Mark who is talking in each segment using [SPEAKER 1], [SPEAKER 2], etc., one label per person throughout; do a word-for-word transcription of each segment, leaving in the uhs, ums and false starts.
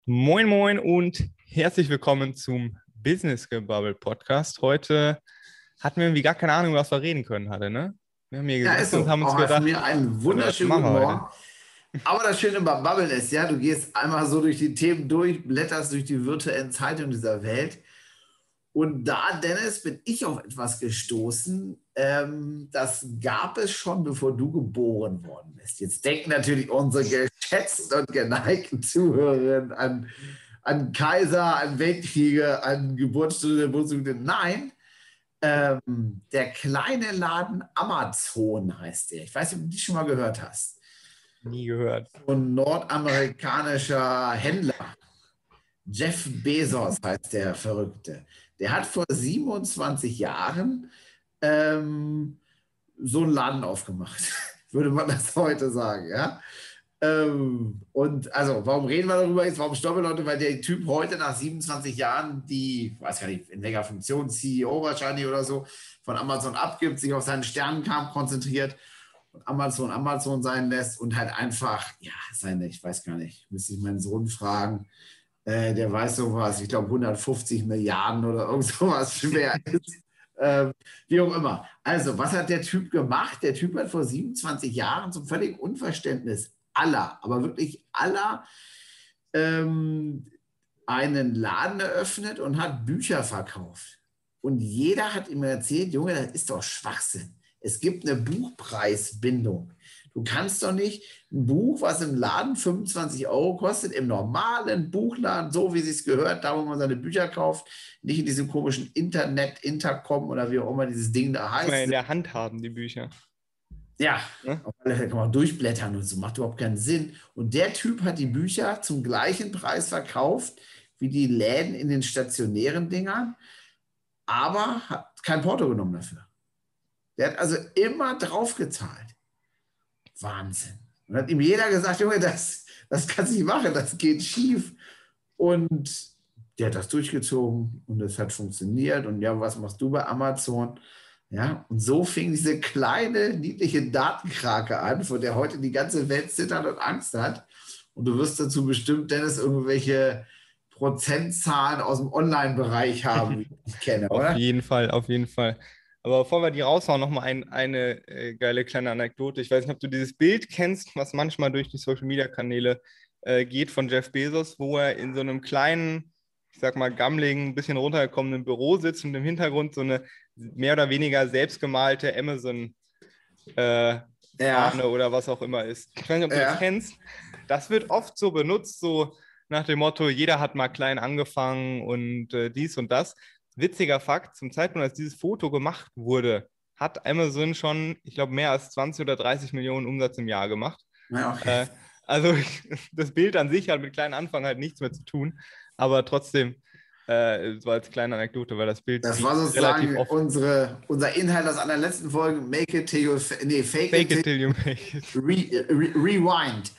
[SPEAKER 1] Moin, moin und herzlich willkommen zum Business Gebubble Podcast. Heute hatten wir irgendwie gar keine Ahnung, was wir reden können hatte, ne? Wir haben hier
[SPEAKER 2] Ja, ist
[SPEAKER 1] gesessen und
[SPEAKER 2] so.
[SPEAKER 1] haben uns
[SPEAKER 2] Auch von
[SPEAKER 1] gedacht,
[SPEAKER 2] mir einen
[SPEAKER 1] was
[SPEAKER 2] wunderschönen
[SPEAKER 1] machen
[SPEAKER 2] guten
[SPEAKER 1] wir heute?
[SPEAKER 2] Morgen. Aber das Schöne beim Babbeln ist, ja, du gehst einmal so durch die Themen durch, blätterst durch die virtuellen Zeitungen dieser Welt. Und da, Dennis, bin ich auf etwas gestoßen. Ähm, das gab es schon, bevor du geboren worden bist. Jetzt denken natürlich unsere geschätzten und geneigten Zuhörerinnen an, an Kaiser, an Weltkriege, an Geburtsstunde der Bundesrepublik. Nein, ähm, der kleine Laden Amazon heißt der. Ich weiß nicht, ob du die schon mal gehört hast.
[SPEAKER 1] Nie gehört.
[SPEAKER 2] So ein nordamerikanischer Händler. Jeff Bezos heißt der Verrückte. Der hat vor siebenundzwanzig Jahren ähm, so einen Laden aufgemacht, würde man das heute sagen, ja. Ähm, und also, warum reden wir darüber jetzt? Warum stoppen Leute? Weil der Typ heute nach siebenundzwanzig Jahren die, weiß gar nicht, in welcher Funktion, C E O wahrscheinlich oder so, von Amazon abgibt, sich auf seinen Sternenkampf konzentriert und Amazon Amazon sein lässt und halt einfach, ja, seine, ich weiß gar nicht, müsste ich meinen Sohn fragen, äh, der weiß sowas, ich glaube hundertfünfzig Milliarden oder irgend sowas schwer ist. Ähm, wie auch immer. Also, was hat der Typ gemacht? Der Typ hat vor siebenundzwanzig Jahren zum völligen Unverständnis aller, aber wirklich aller, ähm, einen Laden eröffnet und hat Bücher verkauft. Und jeder hat ihm erzählt, Junge, das ist doch Schwachsinn. Es gibt eine Buchpreisbindung. Du kannst doch nicht ein Buch, was im Laden fünfundzwanzig Euro kostet, im normalen Buchladen, so wie es sich gehört, da wo man seine Bücher kauft, nicht in diesem komischen Internet, Intercom oder wie auch immer dieses Ding da
[SPEAKER 1] Muss man ja in
[SPEAKER 2] heißt.
[SPEAKER 1] der Hand haben, die Bücher.
[SPEAKER 2] Ja,
[SPEAKER 1] Ne?
[SPEAKER 2] auf alle Fälle kann man durchblättern und so, macht überhaupt keinen Sinn. Und der Typ hat die Bücher zum gleichen Preis verkauft wie die Läden in den stationären Dingern, aber hat kein Porto genommen dafür. Der hat also immer drauf gezahlt. Wahnsinn. Und hat ihm jeder gesagt, Junge, das, das kannst du nicht machen, das geht schief. Und der hat das durchgezogen und es hat funktioniert. Und ja, was machst du bei Amazon? Ja, und so fing diese kleine, niedliche Datenkrake an, vor der heute die ganze Welt zittert und Angst hat. Und du wirst dazu bestimmt, Dennis, irgendwelche Prozentzahlen aus dem Online-Bereich haben, wie ich kenne,
[SPEAKER 1] Auf
[SPEAKER 2] oder?
[SPEAKER 1] jeden Fall, auf jeden Fall. Aber bevor wir die raushauen, nochmal ein, eine äh, geile kleine Anekdote. Ich weiß nicht, ob du dieses Bild kennst, was manchmal durch die Social-Media-Kanäle äh, geht von Jeff Bezos, wo er in so einem kleinen, ich sag mal, gammeligen, ein bisschen runtergekommenen Büro sitzt und im Hintergrund so eine mehr oder weniger selbstgemalte Amazon äh,
[SPEAKER 2] Ja,
[SPEAKER 1] Fahne oder was auch immer ist. Ich weiß nicht, ob du das
[SPEAKER 2] ja.
[SPEAKER 1] kennst. Das wird oft so benutzt, so nach dem Motto, jeder hat mal klein angefangen und äh, dies und das. Witziger Fakt, zum Zeitpunkt, als dieses Foto gemacht wurde, hat Amazon schon, ich glaube, mehr als zwanzig oder dreißig Millionen Umsatz im Jahr gemacht.
[SPEAKER 2] Ja, okay.
[SPEAKER 1] Äh, also das Bild an sich hat mit kleinen Anfang halt nichts mehr zu tun, aber trotzdem, äh, so als kleine Anekdote, weil das Bild
[SPEAKER 2] Das
[SPEAKER 1] sieht
[SPEAKER 2] war
[SPEAKER 1] relativ
[SPEAKER 2] sozusagen
[SPEAKER 1] oft
[SPEAKER 2] unsere, unser Inhalt aus einer letzten Folge. Make it till you, nee, fake it
[SPEAKER 1] Fake
[SPEAKER 2] till
[SPEAKER 1] it till you make it.
[SPEAKER 2] re, re, rewind.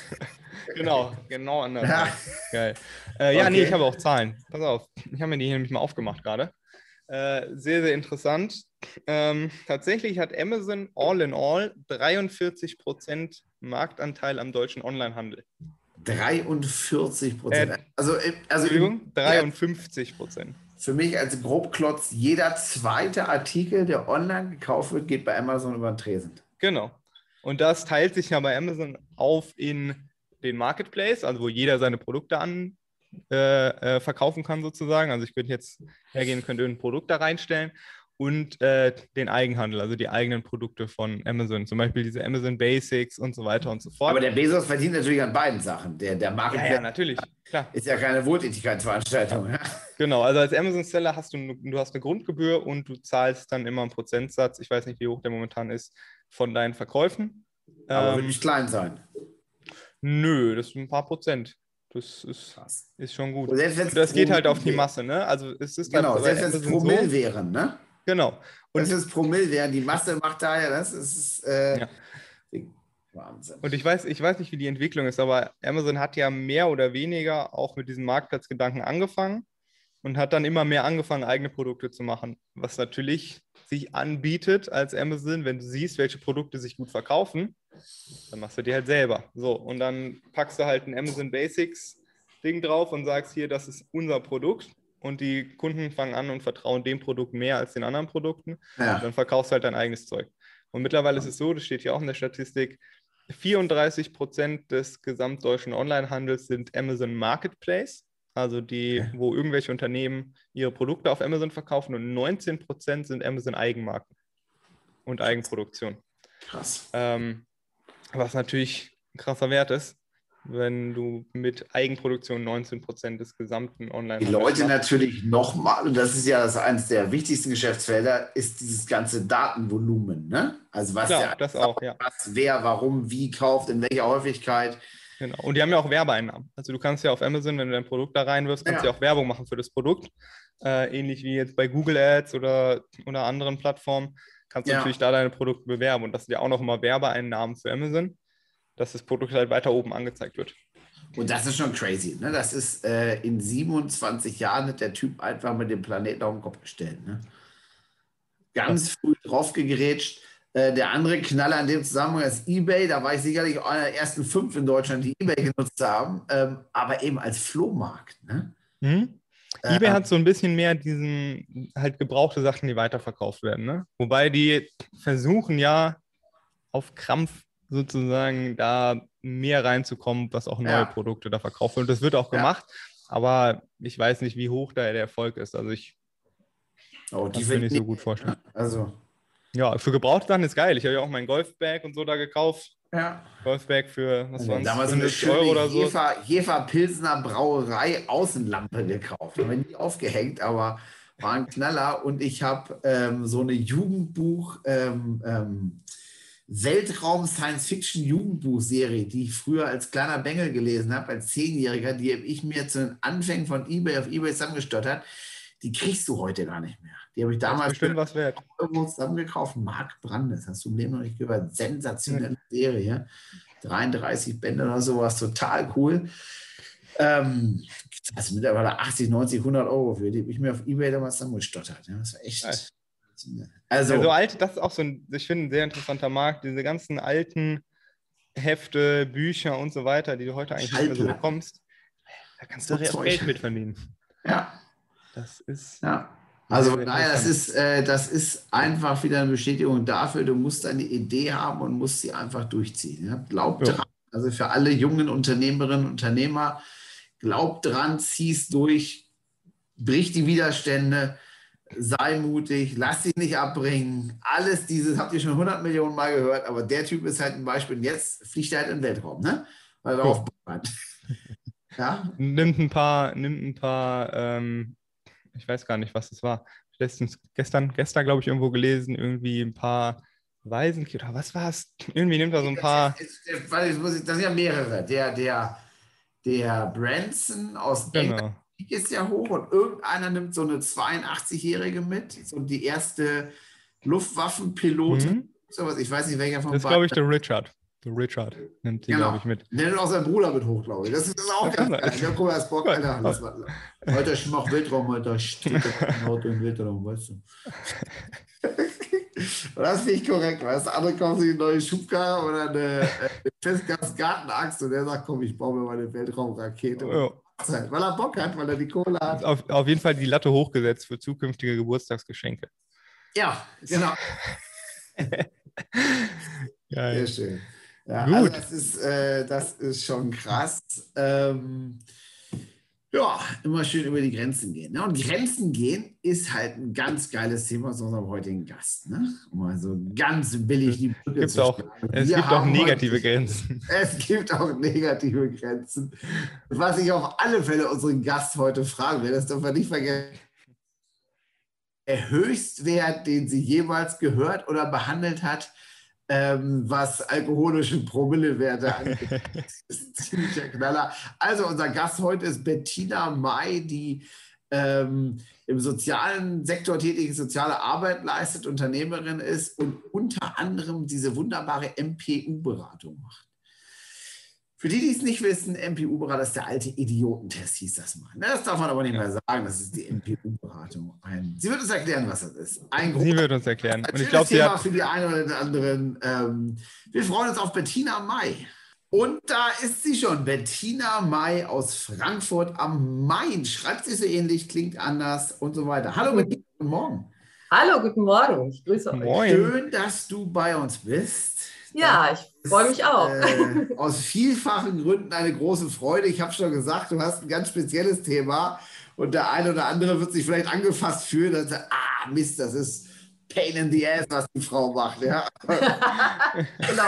[SPEAKER 1] Genau, genau
[SPEAKER 2] Ja,
[SPEAKER 1] andersrum. Geil. Äh, ja, nee, ich
[SPEAKER 2] okay.
[SPEAKER 1] habe auch Zahlen. Pass auf, ich habe mir die hier nämlich mal aufgemacht gerade. Äh, sehr, sehr interessant. Ähm, tatsächlich hat Amazon all in all dreiundvierzig Prozent Marktanteil am deutschen Onlinehandel.
[SPEAKER 2] dreiundvierzig Prozent.
[SPEAKER 1] Äh,
[SPEAKER 2] Also, also
[SPEAKER 1] Entschuldigung,
[SPEAKER 2] ja,
[SPEAKER 1] dreiundfünfzig Prozent.
[SPEAKER 2] für mich als Grobklotz, jeder zweite Artikel, der online gekauft wird, geht bei Amazon über den Tresen.
[SPEAKER 1] Genau. Und das teilt sich ja bei Amazon auf in den Marketplace, also wo jeder seine Produkte an äh, äh, verkaufen kann sozusagen. Also ich könnte jetzt hergehen, könnte ein Produkt da reinstellen und äh, den Eigenhandel, also die eigenen Produkte von Amazon, zum Beispiel diese Amazon Basics und so weiter und so
[SPEAKER 2] Aber
[SPEAKER 1] fort.
[SPEAKER 2] der Bezos verdient natürlich an beiden Sachen. Der, der
[SPEAKER 1] Ja,
[SPEAKER 2] Marketplace
[SPEAKER 1] ja, natürlich, klar.
[SPEAKER 2] ist ja keine Wohltätigkeitsveranstaltung. Ja.
[SPEAKER 1] Genau, also als Amazon-Seller hast du, du hast eine Grundgebühr und du zahlst dann immer einen Prozentsatz, ich weiß nicht, wie hoch der momentan ist, von deinen Verkäufen.
[SPEAKER 2] Aber wird
[SPEAKER 1] Ähm,
[SPEAKER 2] nicht klein sein.
[SPEAKER 1] nö, das sind ein paar Prozent. Das ist,
[SPEAKER 2] Krass.
[SPEAKER 1] ist schon gut.
[SPEAKER 2] Und selbst wenn
[SPEAKER 1] Und
[SPEAKER 2] es
[SPEAKER 1] das geht halt auf die
[SPEAKER 2] Promille,
[SPEAKER 1] Masse, ne? Also es ist halt
[SPEAKER 2] genau,
[SPEAKER 1] bei
[SPEAKER 2] selbst wenn es
[SPEAKER 1] Amazon
[SPEAKER 2] Promille
[SPEAKER 1] so,
[SPEAKER 2] wären, ne?
[SPEAKER 1] genau.
[SPEAKER 2] Das
[SPEAKER 1] Und
[SPEAKER 2] ist Promille wären, die Masse macht daher, das ist äh,
[SPEAKER 1] ja,
[SPEAKER 2] Wahnsinn.
[SPEAKER 1] und ich weiß, ich weiß nicht, wie die Entwicklung ist, aber Amazon hat ja mehr oder weniger auch mit diesem Marktplatzgedanken angefangen und hat dann immer mehr angefangen, eigene Produkte zu machen, was natürlich sich anbietet als Amazon, wenn du siehst, welche Produkte sich gut verkaufen, dann machst du die halt selber. So, und dann packst du halt ein Amazon Basics Ding drauf und sagst hier, das ist unser Produkt und die Kunden fangen an und vertrauen dem Produkt mehr als den anderen Produkten,
[SPEAKER 2] Ja.
[SPEAKER 1] dann verkaufst du halt dein eigenes Zeug. Und mittlerweile ist es so, das steht hier auch in der Statistik, vierunddreißig Prozent des gesamtdeutschen Onlinehandels sind Amazon Marketplace, also die,
[SPEAKER 2] Okay.
[SPEAKER 1] wo irgendwelche Unternehmen ihre Produkte auf Amazon verkaufen, und neunzehn Prozent sind Amazon Eigenmarken und Eigenproduktion.
[SPEAKER 2] Krass.
[SPEAKER 1] Ähm, was natürlich ein krasser Wert ist, wenn du mit Eigenproduktion neunzehn Prozent des gesamten online
[SPEAKER 2] Die Leute natürlich nochmal, und das ist ja das eines der wichtigsten Geschäftsfelder, ist dieses ganze Datenvolumen. Ne? Also was,
[SPEAKER 1] ja,
[SPEAKER 2] der,
[SPEAKER 1] das auch, ja.
[SPEAKER 2] was wer, warum, wie kauft, in welcher Häufigkeit.
[SPEAKER 1] Genau. Und die haben ja auch Werbeeinnahmen. Also du kannst ja auf Amazon, wenn du dein Produkt da reinwirfst, kannst du ja. ja auch Werbung machen für das Produkt. Äh, ähnlich wie jetzt bei Google Ads oder, oder anderen Plattformen, kannst du
[SPEAKER 2] Ja.
[SPEAKER 1] natürlich da deine Produkte bewerben. Und das sind ja auch noch immer Werbeeinnahmen für Amazon, dass das Produkt halt weiter oben angezeigt wird.
[SPEAKER 2] Und das ist schon crazy. Ne? Das ist äh, in siebenundzwanzig Jahren hat der Typ einfach mit dem Planeten auf den Kopf gestellt. Ne? Ganz ja. früh draufgegrätscht. Äh, der andere Knaller in dem Zusammenhang ist eBay. Da war ich sicherlich einer der ersten fünf in Deutschland, die eBay genutzt haben. Ähm, aber eben als Flohmarkt. Ne?
[SPEAKER 1] Mhm.
[SPEAKER 2] Äh,
[SPEAKER 1] eBay hat so ein bisschen mehr diesen halt gebrauchte Sachen, die weiterverkauft werden. Ne? Wobei die versuchen ja auf Krampf sozusagen da mehr reinzukommen, was auch neue
[SPEAKER 2] ja.
[SPEAKER 1] Produkte da verkauft wird. Und das wird auch gemacht, ja. aber ich weiß nicht, wie hoch da der Erfolg ist. Also ich
[SPEAKER 2] oh, die
[SPEAKER 1] kann mir nicht so gut vorstellen.
[SPEAKER 2] Ja, also.
[SPEAKER 1] ja, für gebrauchte Sachen ist geil. Ich habe ja auch mein Golfbag und so da gekauft.
[SPEAKER 2] Ja.
[SPEAKER 1] Golfbag für, was waren es,
[SPEAKER 2] damals eine
[SPEAKER 1] fünfzig Euro oder so.
[SPEAKER 2] Jefer, Jefer Pilsner Brauerei Außenlampe gekauft. Haben wir nie aufgehängt, aber war ein Knaller. Und ich habe ähm, so eine Jugendbuch, ähm, ähm, Weltraum-Science-Fiction-Jugendbuchserie, die ich früher als kleiner Bengel gelesen habe, als Zehnjähriger, die habe ich mir zu den Anfängen von eBay auf eBay zusammengestottert. Die kriegst du heute gar nicht mehr. Die habe ich damals
[SPEAKER 1] bestimmt was wert.
[SPEAKER 2] Euro zusammengekauft. Mark Brandes, hast du im Leben noch nicht gehört. Sensationelle Serie. dreiunddreißig Bände oder sowas, total cool. Ähm, also mittlerweile achtzig, neunzig, hundert Euro für die habe ich mir auf eBay damals zusammengestottert. Ja, das war echt.
[SPEAKER 1] Nice.
[SPEAKER 2] Also,
[SPEAKER 1] also alt, das ist auch so ein, ich finde, ein sehr interessanter Markt. Diese ganzen alten Hefte, Bücher und so weiter, die du heute eigentlich nicht mehr so bekommst, da kannst du so Geld mit verdienen.
[SPEAKER 2] Ja.
[SPEAKER 1] Das ist.
[SPEAKER 2] Ja. Also von daher, das ist, äh, das ist einfach wieder eine Bestätigung dafür, du musst eine Idee haben und musst sie einfach durchziehen. Ja? Glaub ja. dran. Also für alle jungen Unternehmerinnen und Unternehmer, glaub dran, zieh's durch, brich die Widerstände, sei mutig, lass dich nicht abbringen. Alles dieses habt ihr schon hundert Millionen Mal gehört, aber der Typ ist halt ein Beispiel. Und jetzt fliegt er halt in den Weltraum, ne? Weil er auf hat. Ja?
[SPEAKER 1] Nimmt ein paar, nimmt ein paar, ähm, ich weiß gar nicht, was das war. Letztens, gestern, gestern glaube ich, irgendwo gelesen, irgendwie ein paar Waisenkinder, oder was war es? Irgendwie nimmt er so ein paar.
[SPEAKER 2] Das sind ja mehrere. Der, der, der Branson aus England ist ja hoch und irgendeiner nimmt so eine zweiundachtzigjährige mit, so die erste Luftwaffenpilotin. Mhm. Sowas. Ich weiß nicht, welcher von
[SPEAKER 1] beiden. Das ist, glaube ich, der Richard. Der Richard nimmt die,
[SPEAKER 2] genau.
[SPEAKER 1] glaube ich, mit.
[SPEAKER 2] Der nimmt auch seinen Bruder mit hoch, glaube ich. Das ist auch ganz geil. Ja, guck mal, das Bock, Alter. Lass mal. Alter, ich mach Weltraum, Alter. Steht ein Auto im Weltraum, weißt du. Das finde ich korrekt, weißt du. Andere kaufen sich eine neue Schubkarre oder eine, eine Festgasgartenaxt und der sagt, komm, ich baue mir mal eine Weltraumrakete. Ja. Weil er Bock hat, weil er die Kohle hat.
[SPEAKER 1] Auf, auf jeden Fall die Latte hochgesetzt für zukünftige Geburtstagsgeschenke.
[SPEAKER 2] Ja, genau.
[SPEAKER 1] Geil.
[SPEAKER 2] Sehr schön. Ja, Gut. Also das ist, äh, das ist schon krass. Ähm, ja, immer schön über die Grenzen gehen. Ne? Und Grenzen gehen ist halt ein ganz geiles Thema aus unserem heutigen Gast. Ne? Um mal so ganz billig die Brücke
[SPEAKER 1] gibt
[SPEAKER 2] zu
[SPEAKER 1] auch, Es Wir gibt auch negative heute, Grenzen.
[SPEAKER 2] Es gibt auch negative Grenzen. Was ich auf alle Fälle unseren Gast heute fragen will, das dürfen wir nicht vergessen. Der Höchstwert, den sie jemals gehört oder behandelt hat, Ähm, was alkoholische Promillewerte angeht. Das ist ein ziemlicher Knaller. Also unser Gast heute ist Bettina May, die ähm, im sozialen Sektor tätige soziale Arbeit leistet, Unternehmerin ist und unter anderem diese wunderbare M P U-Beratung macht. Für die, die es nicht wissen, M P U-Berater ist der alte Idiotentest, hieß das mal. Das darf man aber nicht mehr sagen, das ist die M P U-Beratung. Sie wird uns erklären, was das ist. Ein
[SPEAKER 1] sie wird uns erklären.
[SPEAKER 2] Und ich glaube, sie Thema hat für die einen oder den anderen. Ähm, wir freuen uns auf Bettina May. Und da ist sie schon, Bettina May aus Frankfurt am Main. Schreibt sich so ähnlich, klingt anders und so weiter. Hallo Bettina, guten Morgen.
[SPEAKER 3] Hallo, guten Morgen. Ich grüße euch.
[SPEAKER 1] Moin.
[SPEAKER 2] Schön, dass du bei uns bist.
[SPEAKER 3] Ja,
[SPEAKER 2] Das
[SPEAKER 3] ich freue mich auch.
[SPEAKER 2] Äh, aus vielfachen Gründen eine große Freude. Ich habe schon gesagt, du hast ein ganz spezielles Thema und der eine oder andere wird sich vielleicht angefasst fühlen und sagt, ah Mist, das ist Pain in the ass, was die Frau macht. Ja?
[SPEAKER 3] Genau.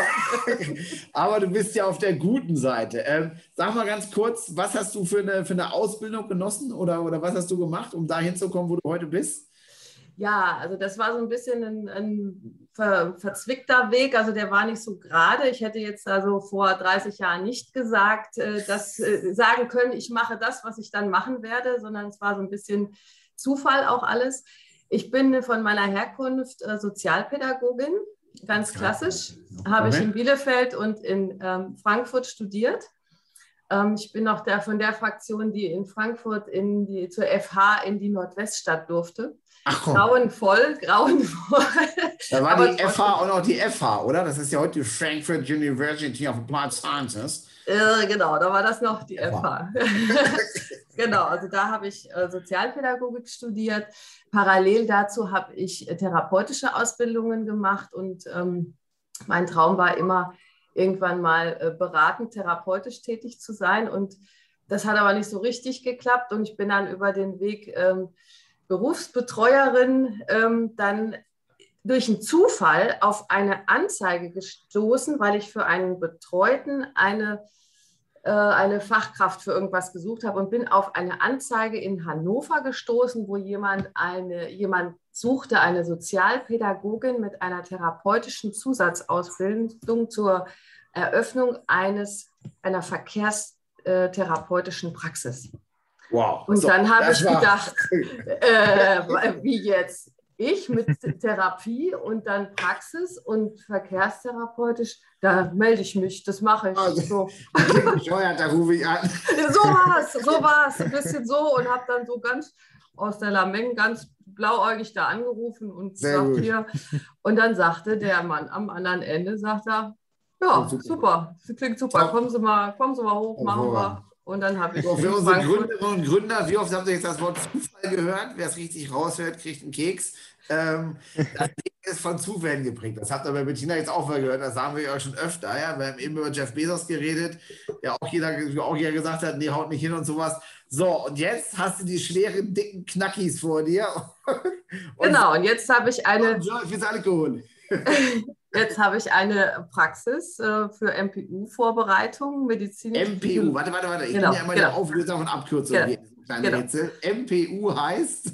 [SPEAKER 2] Aber du bist ja auf der guten Seite. Ähm, sag mal ganz kurz, was hast du für eine, für eine Ausbildung genossen oder, oder was hast du gemacht, um da hinzukommen, wo du heute bist?
[SPEAKER 3] Ja, also das war so ein bisschen ein, ein ver, verzwickter Weg. Also der war nicht so gerade. Ich hätte jetzt also vor dreißig Jahren nicht gesagt, äh, dass, äh, sagen können, ich mache das, was ich dann machen werde, sondern es war so ein bisschen Zufall auch alles. Ich bin von meiner Herkunft äh, Sozialpädagogin, ganz klassisch. Okay. Habe ich in Bielefeld und in ähm, Frankfurt studiert. Ähm, ich bin auch der, von der Fraktion, die in Frankfurt in die, zur F H in die Nordweststadt durfte. Ach komm. Grauenvoll, grauenvoll.
[SPEAKER 2] Da war aber die F H auch noch die F H, oder? Das ist ja heute die Frankfurt University of Applied Sciences.
[SPEAKER 3] Äh, genau, da war das noch die F H. Genau, also da habe ich äh, Sozialpädagogik studiert. Parallel dazu habe ich äh, therapeutische Ausbildungen gemacht und ähm, mein Traum war immer, irgendwann mal äh, beratend therapeutisch tätig zu sein. Und das hat aber nicht so richtig geklappt und ich bin dann über den Weg ähm, Berufsbetreuerin ähm, dann durch einen Zufall auf eine Anzeige gestoßen, weil ich für einen Betreuten eine, äh, eine Fachkraft für irgendwas gesucht habe und bin auf eine Anzeige in Hannover gestoßen, wo jemand, eine, jemand suchte, eine Sozialpädagogin mit einer therapeutischen Zusatzausbildung zur Eröffnung eines, einer verkehrstherapeutischen Praxis.
[SPEAKER 2] Wow.
[SPEAKER 3] Und
[SPEAKER 2] so,
[SPEAKER 3] dann habe ich
[SPEAKER 2] war...
[SPEAKER 3] gedacht, äh, wie jetzt? Ich mit Therapie und dann Praxis und verkehrstherapeutisch, da melde ich mich, das mache ich.
[SPEAKER 2] Also,
[SPEAKER 3] so.
[SPEAKER 2] Bescheuert, da rufe ich an.
[SPEAKER 3] So war es, so war es, ein bisschen so und habe dann so ganz aus der Lameng ganz blauäugig da angerufen und
[SPEAKER 2] Sehr
[SPEAKER 3] gesagt
[SPEAKER 2] gut.
[SPEAKER 3] hier. Und dann sagte der Mann am anderen Ende, sagt er, ja, super, super. Das klingt super,
[SPEAKER 2] Top.
[SPEAKER 3] kommen Sie mal, kommen Sie mal hoch, machen wir. Und dann habe ich
[SPEAKER 2] so, für
[SPEAKER 3] in
[SPEAKER 2] unsere
[SPEAKER 3] Frankfurt
[SPEAKER 2] Gründerinnen und Gründer, wie oft haben Sie jetzt das Wort Zufall gehört? Wer es richtig raushört, kriegt einen Keks. Ähm, das Ding ist von Zufällen geprägt. Das habt ihr bei Bettina jetzt auch mal gehört. Das sagen wir ja schon öfter. Ja? Wir haben eben über Jeff Bezos geredet, der auch jeder, auch jeder gesagt hat, nee, haut nicht hin und sowas. So, und jetzt hast du die schweren, dicken Knackis vor dir.
[SPEAKER 3] Und genau, und jetzt habe ich eine...
[SPEAKER 2] Alkohol.
[SPEAKER 3] Jetzt habe ich eine Praxis äh, für M P U-Vorbereitung, medizinische...
[SPEAKER 2] M P U, warte, warte, warte. Ich
[SPEAKER 3] genau,
[SPEAKER 2] bin ja immer
[SPEAKER 3] genau.
[SPEAKER 2] der Auflöser von Abkürzungen
[SPEAKER 3] genau,
[SPEAKER 2] hier. Kleine
[SPEAKER 3] genau.
[SPEAKER 2] Rätsel. M P U heißt?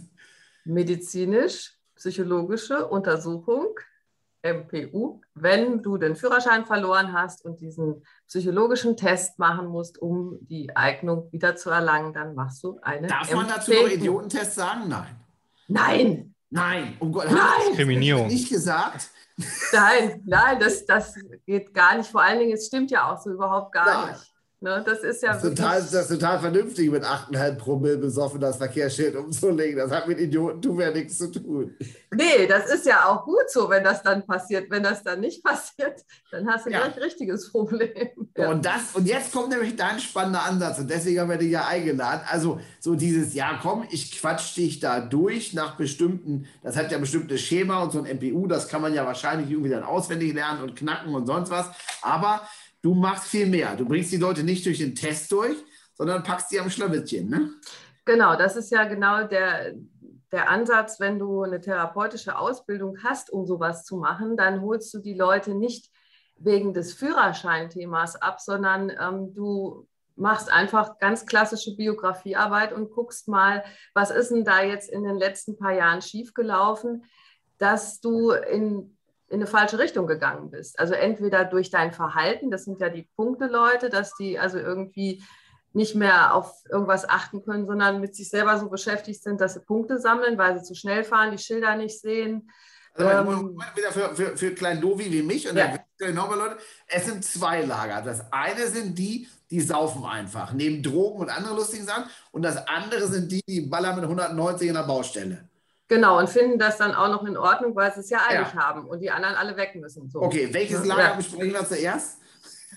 [SPEAKER 3] Medizinisch-psychologische Untersuchung, M P U, wenn du den Führerschein verloren hast und diesen psychologischen Test machen musst, um die Eignung wieder zu erlangen, dann machst du eine
[SPEAKER 2] Darf
[SPEAKER 3] M P U.
[SPEAKER 2] Man dazu noch Idiotentest sagen? Nein.
[SPEAKER 3] Nein.
[SPEAKER 2] Nein. Um Gott,
[SPEAKER 3] nein.
[SPEAKER 1] Diskriminierung.
[SPEAKER 2] Nicht gesagt.
[SPEAKER 3] Nein, nein, das, das geht gar nicht. Vor allen Dingen, es stimmt ja auch so überhaupt gar
[SPEAKER 2] Nein.
[SPEAKER 3] nicht. Ne, das ist ja
[SPEAKER 2] das, ist total, das ist total vernünftig, mit acht Komma fünf Promille besoffen das Verkehrsschild umzulegen. Das hat mit Idiotentum ja nichts zu tun.
[SPEAKER 3] Nee, das ist ja auch gut so, wenn das dann passiert. Wenn das dann nicht passiert, dann hast du ja gleich ein richtiges Problem. Ja.
[SPEAKER 2] Und, das, und jetzt kommt nämlich dein spannender Ansatz und deswegen haben wir dich ja eingeladen. Also so dieses, ja komm, ich quatsch dich da durch nach bestimmten, das hat ja bestimmte Schema und so ein M P U, das kann man ja wahrscheinlich irgendwie dann auswendig lernen und knacken und sonst was. Aber du machst viel mehr. Du bringst die Leute nicht durch den Test durch, sondern packst die am Schlawittchen, ne?
[SPEAKER 3] Genau, das ist ja genau der, der Ansatz, wenn du eine therapeutische Ausbildung hast, um sowas zu machen, dann holst du die Leute nicht wegen des Führerscheinthemas ab, sondern ähm, du machst einfach ganz klassische Biografiearbeit und guckst mal, was ist denn da jetzt in den letzten paar Jahren schiefgelaufen, dass du in in eine falsche Richtung gegangen bist. Also entweder durch dein Verhalten, das sind ja die Punkte-Leute, dass die also irgendwie nicht mehr auf irgendwas achten können, sondern mit sich selber so beschäftigt sind, dass sie Punkte sammeln, weil sie zu schnell fahren, die Schilder nicht sehen.
[SPEAKER 2] Also ähm, wieder für, für, für kleinen Dovi wie mich und
[SPEAKER 3] ja.
[SPEAKER 2] dann nochmal Leute, es sind zwei Lager. Das eine sind die, die saufen einfach, nehmen Drogen und andere lustigen Sachen und das andere sind die, die ballern mit hundertneunzig in der Baustelle.
[SPEAKER 3] Genau, und finden das dann auch noch in Ordnung, weil sie es ja eilig
[SPEAKER 2] ja.
[SPEAKER 3] haben und die anderen alle weg müssen. So.
[SPEAKER 2] Okay, welches Lager ja. besprechen wir zuerst?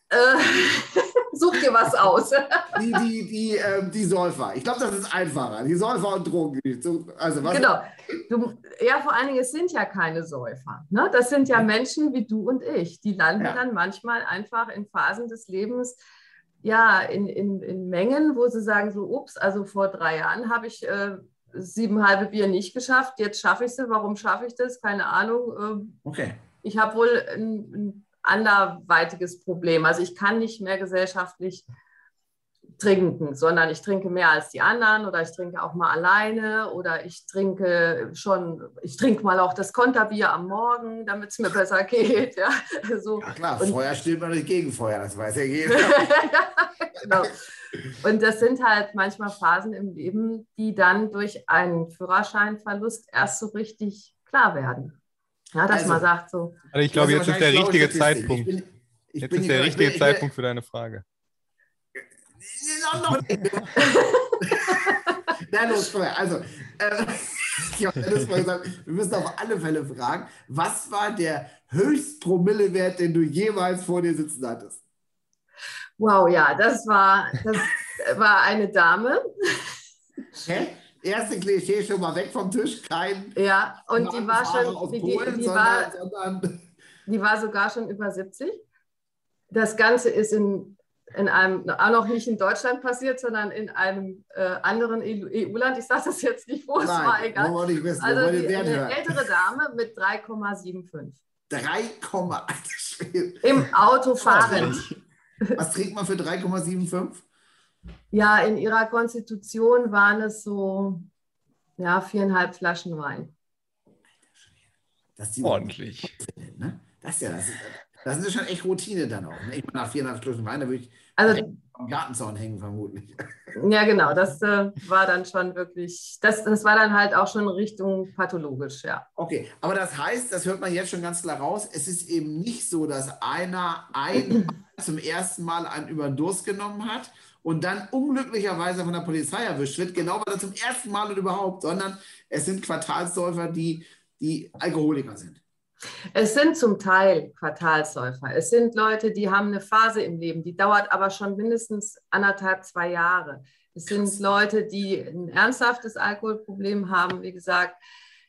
[SPEAKER 3] Äh, such dir was aus.
[SPEAKER 2] Die, die, die, ähm, die Säufer. Ich glaube, das ist einfacher. Die Säufer und Drogen. Also, was
[SPEAKER 3] Genau. Du, ja, vor allen Dingen, es sind ja keine Säufer. Ne? Das sind ja Menschen wie du und ich. Die landen
[SPEAKER 2] Ja.
[SPEAKER 3] dann manchmal einfach in Phasen des Lebens, ja, in, in, in Mengen, wo sie sagen, so, ups, also vor drei Jahren habe ich äh, sieben halbe Bier nicht geschafft, jetzt schaffe ich sie. Warum schaffe ich das? Keine Ahnung. Äh,
[SPEAKER 2] okay.
[SPEAKER 3] Ich habe wohl ein, ein anderweitiges Problem. Also ich kann nicht mehr gesellschaftlich trinken, sondern ich trinke mehr als die anderen oder ich trinke auch mal alleine oder ich trinke schon, ich trinke mal auch das Konterbier am Morgen, damit es mir besser geht. Ja, so.
[SPEAKER 2] Ja klar,
[SPEAKER 3] Und
[SPEAKER 2] Feuer steht man nicht gegen Feuer, das weiß ja jeder.
[SPEAKER 3] genau. Und das sind halt manchmal Phasen im Leben, die dann durch einen Führerscheinverlust erst so richtig klar werden. Ja, dass
[SPEAKER 2] Also,
[SPEAKER 3] man sagt so.
[SPEAKER 1] Also ich glaube, jetzt ist der richtige Zeitpunkt.
[SPEAKER 2] Ich bin, ich
[SPEAKER 1] jetzt
[SPEAKER 2] bin
[SPEAKER 1] ist der
[SPEAKER 2] ich
[SPEAKER 1] richtige
[SPEAKER 2] bin,
[SPEAKER 1] Zeitpunkt
[SPEAKER 2] ich
[SPEAKER 1] für deine Frage.
[SPEAKER 2] bin, noch nicht. Nein, los, komm her. Also, äh, ich habe alles mal gesagt, wir müssen auf alle Fälle fragen, was war der Höchstpromillewert, den du jemals vor dir sitzen hattest?
[SPEAKER 3] Wow, ja, das war, das war eine Dame.
[SPEAKER 2] Hä? Erste Klischee schon mal weg vom Tisch, kein
[SPEAKER 3] Ja, und die war schon,
[SPEAKER 2] aus
[SPEAKER 3] die,
[SPEAKER 2] Polen,
[SPEAKER 3] die,
[SPEAKER 2] sondern,
[SPEAKER 3] war,
[SPEAKER 2] sondern
[SPEAKER 3] die war sogar schon über siebzig. Das Ganze ist in, in einem, auch noch nicht in Deutschland passiert, sondern in einem äh, anderen E U-Land. Ich sage das jetzt nicht, wo es
[SPEAKER 2] nein,
[SPEAKER 3] war, egal.
[SPEAKER 2] wollen wir nicht wissen,
[SPEAKER 3] Also
[SPEAKER 2] wir wollen
[SPEAKER 3] die,
[SPEAKER 2] den Wert
[SPEAKER 3] eine
[SPEAKER 2] hören.
[SPEAKER 3] ältere Dame mit drei Komma fünfundsiebzig.
[SPEAKER 2] drei Komma eins.
[SPEAKER 3] Im Auto fahrend.
[SPEAKER 2] Was trinkt man für drei Komma fünfundsiebzig?
[SPEAKER 3] Ja, in ihrer Konstitution waren es so ja, viereinhalb Flaschen Wein.
[SPEAKER 2] Das ist die
[SPEAKER 1] Ordentlich.
[SPEAKER 2] Ne? Das ist ja, das ist, das ist schon echt Routine dann auch. Ne? Ich meine, nach viereinhalb Flaschen Wein, da würde ich
[SPEAKER 3] Also,
[SPEAKER 2] am Gartenzaun hängen vermutlich.
[SPEAKER 3] ja, genau, das äh, war dann schon wirklich, das, das war dann halt auch schon Richtung pathologisch, ja.
[SPEAKER 2] Okay, aber das heißt, das hört man jetzt schon ganz klar raus, es ist eben nicht so, dass einer einmal zum ersten Mal einen über den Durst genommen hat und dann unglücklicherweise von der Polizei erwischt wird, genau weil er zum ersten Mal und überhaupt, sondern es sind Quartalssäufer, die, die Alkoholiker sind.
[SPEAKER 3] Es sind zum Teil Quartalssäufer. Es sind Leute, die haben eine Phase im Leben, die dauert aber schon mindestens anderthalb, zwei Jahre. Es sind
[SPEAKER 2] Krass.
[SPEAKER 3] Leute, die ein ernsthaftes Alkoholproblem haben, wie gesagt.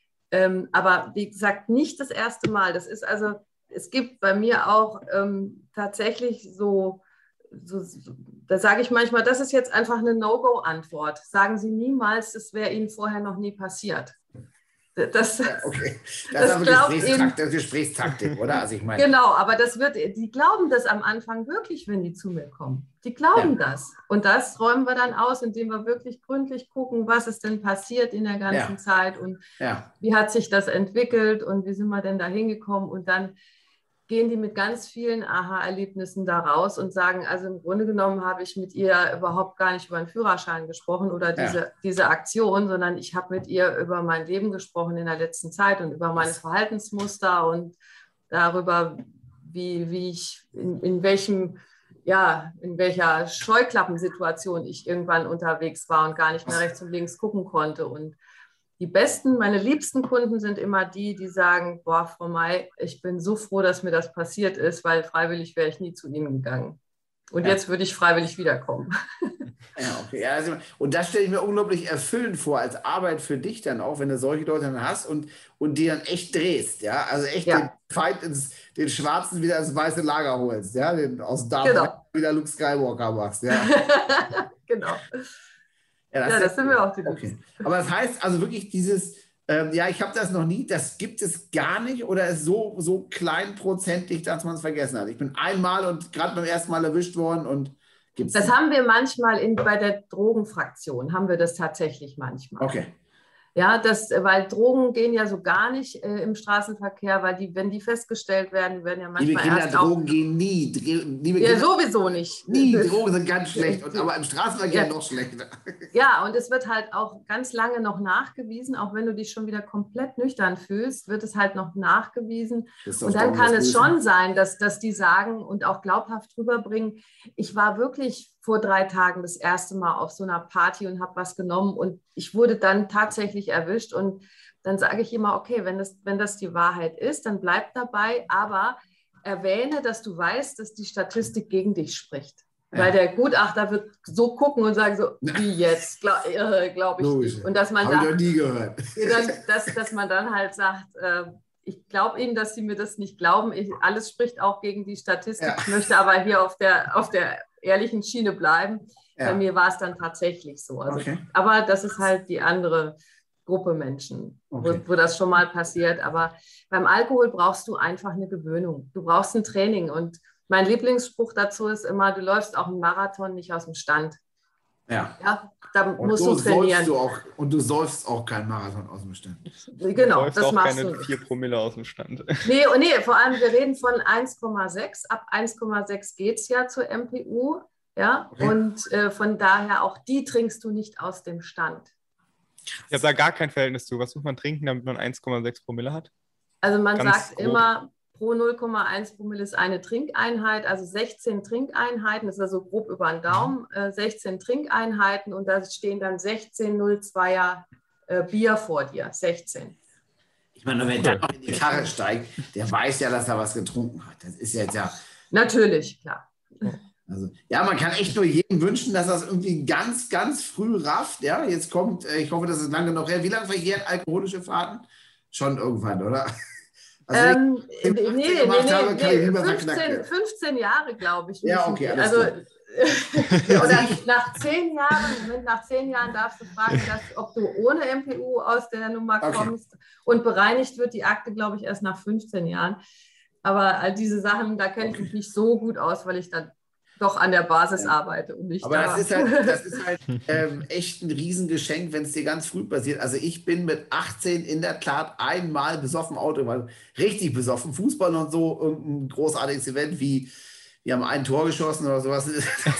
[SPEAKER 3] Ähm, aber wie gesagt, nicht das erste Mal. Das ist also, es gibt bei mir auch ähm, tatsächlich so, so, so, da sage ich manchmal, das ist jetzt einfach eine No-Go-Antwort. Sagen Sie niemals, das wäre Ihnen vorher noch nie passiert. Das,
[SPEAKER 2] Ja, okay. Das,
[SPEAKER 3] das
[SPEAKER 2] ist aber
[SPEAKER 3] glaubt
[SPEAKER 2] Gesprächstaktik,
[SPEAKER 3] eben,
[SPEAKER 2] das ist Gesprächstaktik, oder? Also ich meine,
[SPEAKER 3] genau, aber das wird, die glauben das am Anfang wirklich, wenn die zu mir kommen. Die glauben
[SPEAKER 2] Ja.
[SPEAKER 3] das. Und das räumen wir dann aus, indem wir wirklich gründlich gucken, was ist denn passiert in der ganzen
[SPEAKER 2] Ja.
[SPEAKER 3] Zeit und
[SPEAKER 2] ja.
[SPEAKER 3] wie hat sich das entwickelt und wie sind wir denn da hingekommen. Und dann gehen die mit ganz vielen Aha-Erlebnissen da raus und sagen, also im Grunde genommen habe ich mit ihr überhaupt gar nicht über einen Führerschein gesprochen oder diese,
[SPEAKER 2] Ja.
[SPEAKER 3] diese Aktion, sondern ich habe mit ihr über mein Leben gesprochen in der letzten Zeit und über meine Verhaltensmuster und darüber, wie, wie ich, in, in welchem, ja, in welcher Scheuklappensituation ich irgendwann unterwegs war und gar nicht mehr rechts und links gucken konnte. Und die besten, meine liebsten Kunden sind immer die, die sagen, boah, Frau May, ich bin so froh, dass mir das passiert ist, weil freiwillig wäre ich nie zu Ihnen gegangen. Und
[SPEAKER 2] Ja.
[SPEAKER 3] jetzt würde ich freiwillig wiederkommen.
[SPEAKER 2] Ja, okay. Ja, also, und das stelle ich mir unglaublich erfüllend vor, als Arbeit für dich dann auch, wenn du solche Leute dann hast und, und die dann echt drehst, ja, also echt
[SPEAKER 3] Ja.
[SPEAKER 2] den Feind ins, den Schwarzen wieder ins weiße Lager holst, ja, den aus Darth
[SPEAKER 3] Genau.
[SPEAKER 2] Vader wieder Luke Skywalker machst, ja.
[SPEAKER 3] Genau.
[SPEAKER 2] Ja,
[SPEAKER 3] Ja, das sind wir auch die
[SPEAKER 2] okay. Aber das heißt also wirklich dieses, ähm, ja, ich habe das noch nie, das gibt es gar nicht oder ist so, so kleinprozentig, dass man es vergessen hat. Ich bin einmal und gerade beim ersten Mal erwischt worden und gibt's
[SPEAKER 3] Das
[SPEAKER 2] nicht.
[SPEAKER 3] haben wir manchmal in, bei der Drogenfraktion, haben wir das tatsächlich manchmal.
[SPEAKER 2] Okay.
[SPEAKER 3] Ja, das, weil Drogen gehen ja so gar nicht äh, im Straßenverkehr, weil die, wenn die festgestellt werden, werden ja
[SPEAKER 2] Liebe
[SPEAKER 3] manchmal
[SPEAKER 2] Kinder,
[SPEAKER 3] erst auch...
[SPEAKER 2] Drogen gehen nie. Dre- Liebe
[SPEAKER 3] Ja,
[SPEAKER 2] Kinder,
[SPEAKER 3] sowieso nicht.
[SPEAKER 2] nie. Drogen sind ganz schlecht, und, aber im Straßenverkehr
[SPEAKER 3] Ja.
[SPEAKER 2] noch schlechter.
[SPEAKER 3] Ja, und es wird halt auch ganz lange noch nachgewiesen, auch wenn du dich schon wieder komplett nüchtern fühlst, wird es halt noch nachgewiesen.
[SPEAKER 2] Christoph
[SPEAKER 3] Und dann
[SPEAKER 2] Daum
[SPEAKER 3] kann
[SPEAKER 2] lässt
[SPEAKER 3] es
[SPEAKER 2] grüßen.
[SPEAKER 3] schon sein, dass, dass die sagen und auch glaubhaft rüberbringen, ich war wirklich vor drei Tagen das erste Mal auf so einer Party und habe was genommen und ich wurde dann tatsächlich erwischt. Und dann sage ich immer, okay, wenn das, wenn das die Wahrheit ist, dann bleibt dabei, aber erwähne, dass du weißt, dass die Statistik gegen dich spricht.
[SPEAKER 2] Ja.
[SPEAKER 3] Weil der Gutachter wird so gucken und sagen so, wie jetzt, glaube äh, glaub ich
[SPEAKER 2] Logisch.
[SPEAKER 3] nicht. Und dass man
[SPEAKER 2] Habe ich
[SPEAKER 3] sagt,
[SPEAKER 2] noch nie gehört.
[SPEAKER 3] dann, dass, dass man dann halt sagt, äh, ich glaube Ihnen, dass Sie mir das nicht glauben. Ich, alles spricht auch gegen die Statistik.
[SPEAKER 2] Ja.
[SPEAKER 3] Ich möchte aber hier auf der, auf der ehrlichen Schiene bleiben.
[SPEAKER 2] Ja.
[SPEAKER 3] Bei mir war es dann tatsächlich so. Also,
[SPEAKER 2] Okay.
[SPEAKER 3] aber das ist halt die andere Gruppe Menschen,
[SPEAKER 2] Okay.
[SPEAKER 3] wo, wo das schon mal passiert. Aber beim Alkohol brauchst du einfach eine Gewöhnung. Du brauchst ein Training. Und mein Lieblingsspruch dazu ist immer, du läufst auch einen Marathon nicht aus dem Stand.
[SPEAKER 2] Ja.
[SPEAKER 3] Ja, da
[SPEAKER 2] Und
[SPEAKER 3] musst
[SPEAKER 2] so
[SPEAKER 3] du trainieren.
[SPEAKER 2] säufst du auch, und du säufst auch keinen Marathon aus dem Stand.
[SPEAKER 3] Genau,
[SPEAKER 1] läufst
[SPEAKER 3] das
[SPEAKER 1] auch
[SPEAKER 3] machst
[SPEAKER 1] keine
[SPEAKER 3] du.
[SPEAKER 1] vier Promille aus dem Stand.
[SPEAKER 3] Nee, und nee, vor allem, wir reden von eins Komma sechs. Ab eins Komma sechs geht es ja zur M P U. Ja?
[SPEAKER 2] Okay.
[SPEAKER 3] Und äh, von daher auch die trinkst du nicht aus dem Stand.
[SPEAKER 1] Ich habe da gar kein Verhältnis zu. Was muss man trinken, damit man eins Komma sechs Promille hat?
[SPEAKER 3] Also man
[SPEAKER 1] Ganz
[SPEAKER 3] sagt
[SPEAKER 1] grob.
[SPEAKER 3] immer, pro null Komma eins Promille ist eine Trinkeinheit, also sechzehn Trinkeinheiten, das ist also grob über den Daumen, äh, sechzehn Trinkeinheiten und da stehen dann sechzehn null zweier äh, Bier vor dir, sechzehn.
[SPEAKER 2] Ich meine, wenn der noch in die Karre steigt, der weiß ja, dass er was getrunken hat. Das ist jetzt ja...
[SPEAKER 3] Natürlich, klar.
[SPEAKER 2] Also, ja, man kann echt nur jedem wünschen, dass das irgendwie ganz, ganz früh rafft. Ja, jetzt kommt, äh, ich hoffe, das ist lange noch her. Wie lange verjähren alkoholische Fahrten? Schon irgendwann, oder? Also,
[SPEAKER 3] Ähm,
[SPEAKER 2] wenn
[SPEAKER 3] nee,
[SPEAKER 2] ich
[SPEAKER 3] nee,
[SPEAKER 2] achtzehn gemacht
[SPEAKER 3] nee,
[SPEAKER 2] habe, kann ich
[SPEAKER 3] nee,
[SPEAKER 2] lieber verknackt
[SPEAKER 3] fünfzehn,
[SPEAKER 2] werden.
[SPEAKER 3] fünfzehn Jahre, glaube ich.
[SPEAKER 2] Ja,
[SPEAKER 3] müssen
[SPEAKER 2] okay,
[SPEAKER 3] die.
[SPEAKER 2] alles
[SPEAKER 3] Also,
[SPEAKER 2] klar.
[SPEAKER 3] oder nach zehn Jahren, Moment, nach zehn Jahren darfst du fragen, dass, ob du ohne M P U aus der Nummer
[SPEAKER 2] Okay.
[SPEAKER 3] kommst. Und bereinigt wird die Akte, glaube ich, erst nach fünfzehn Jahren. Aber all diese Sachen, da kenne ich
[SPEAKER 2] Okay.
[SPEAKER 3] mich nicht so gut aus, weil ich dann doch an der Basis
[SPEAKER 2] Ja.
[SPEAKER 3] arbeite und nicht
[SPEAKER 2] Aber
[SPEAKER 3] da.
[SPEAKER 2] das ist halt, das ist halt ähm, echt ein Riesengeschenk, wenn es dir ganz früh passiert. Also ich bin mit achtzehn in der Tat einmal besoffen Auto, weil richtig besoffen, Fußball und so, irgendein großartiges Event wie wir haben ein Tor geschossen oder sowas.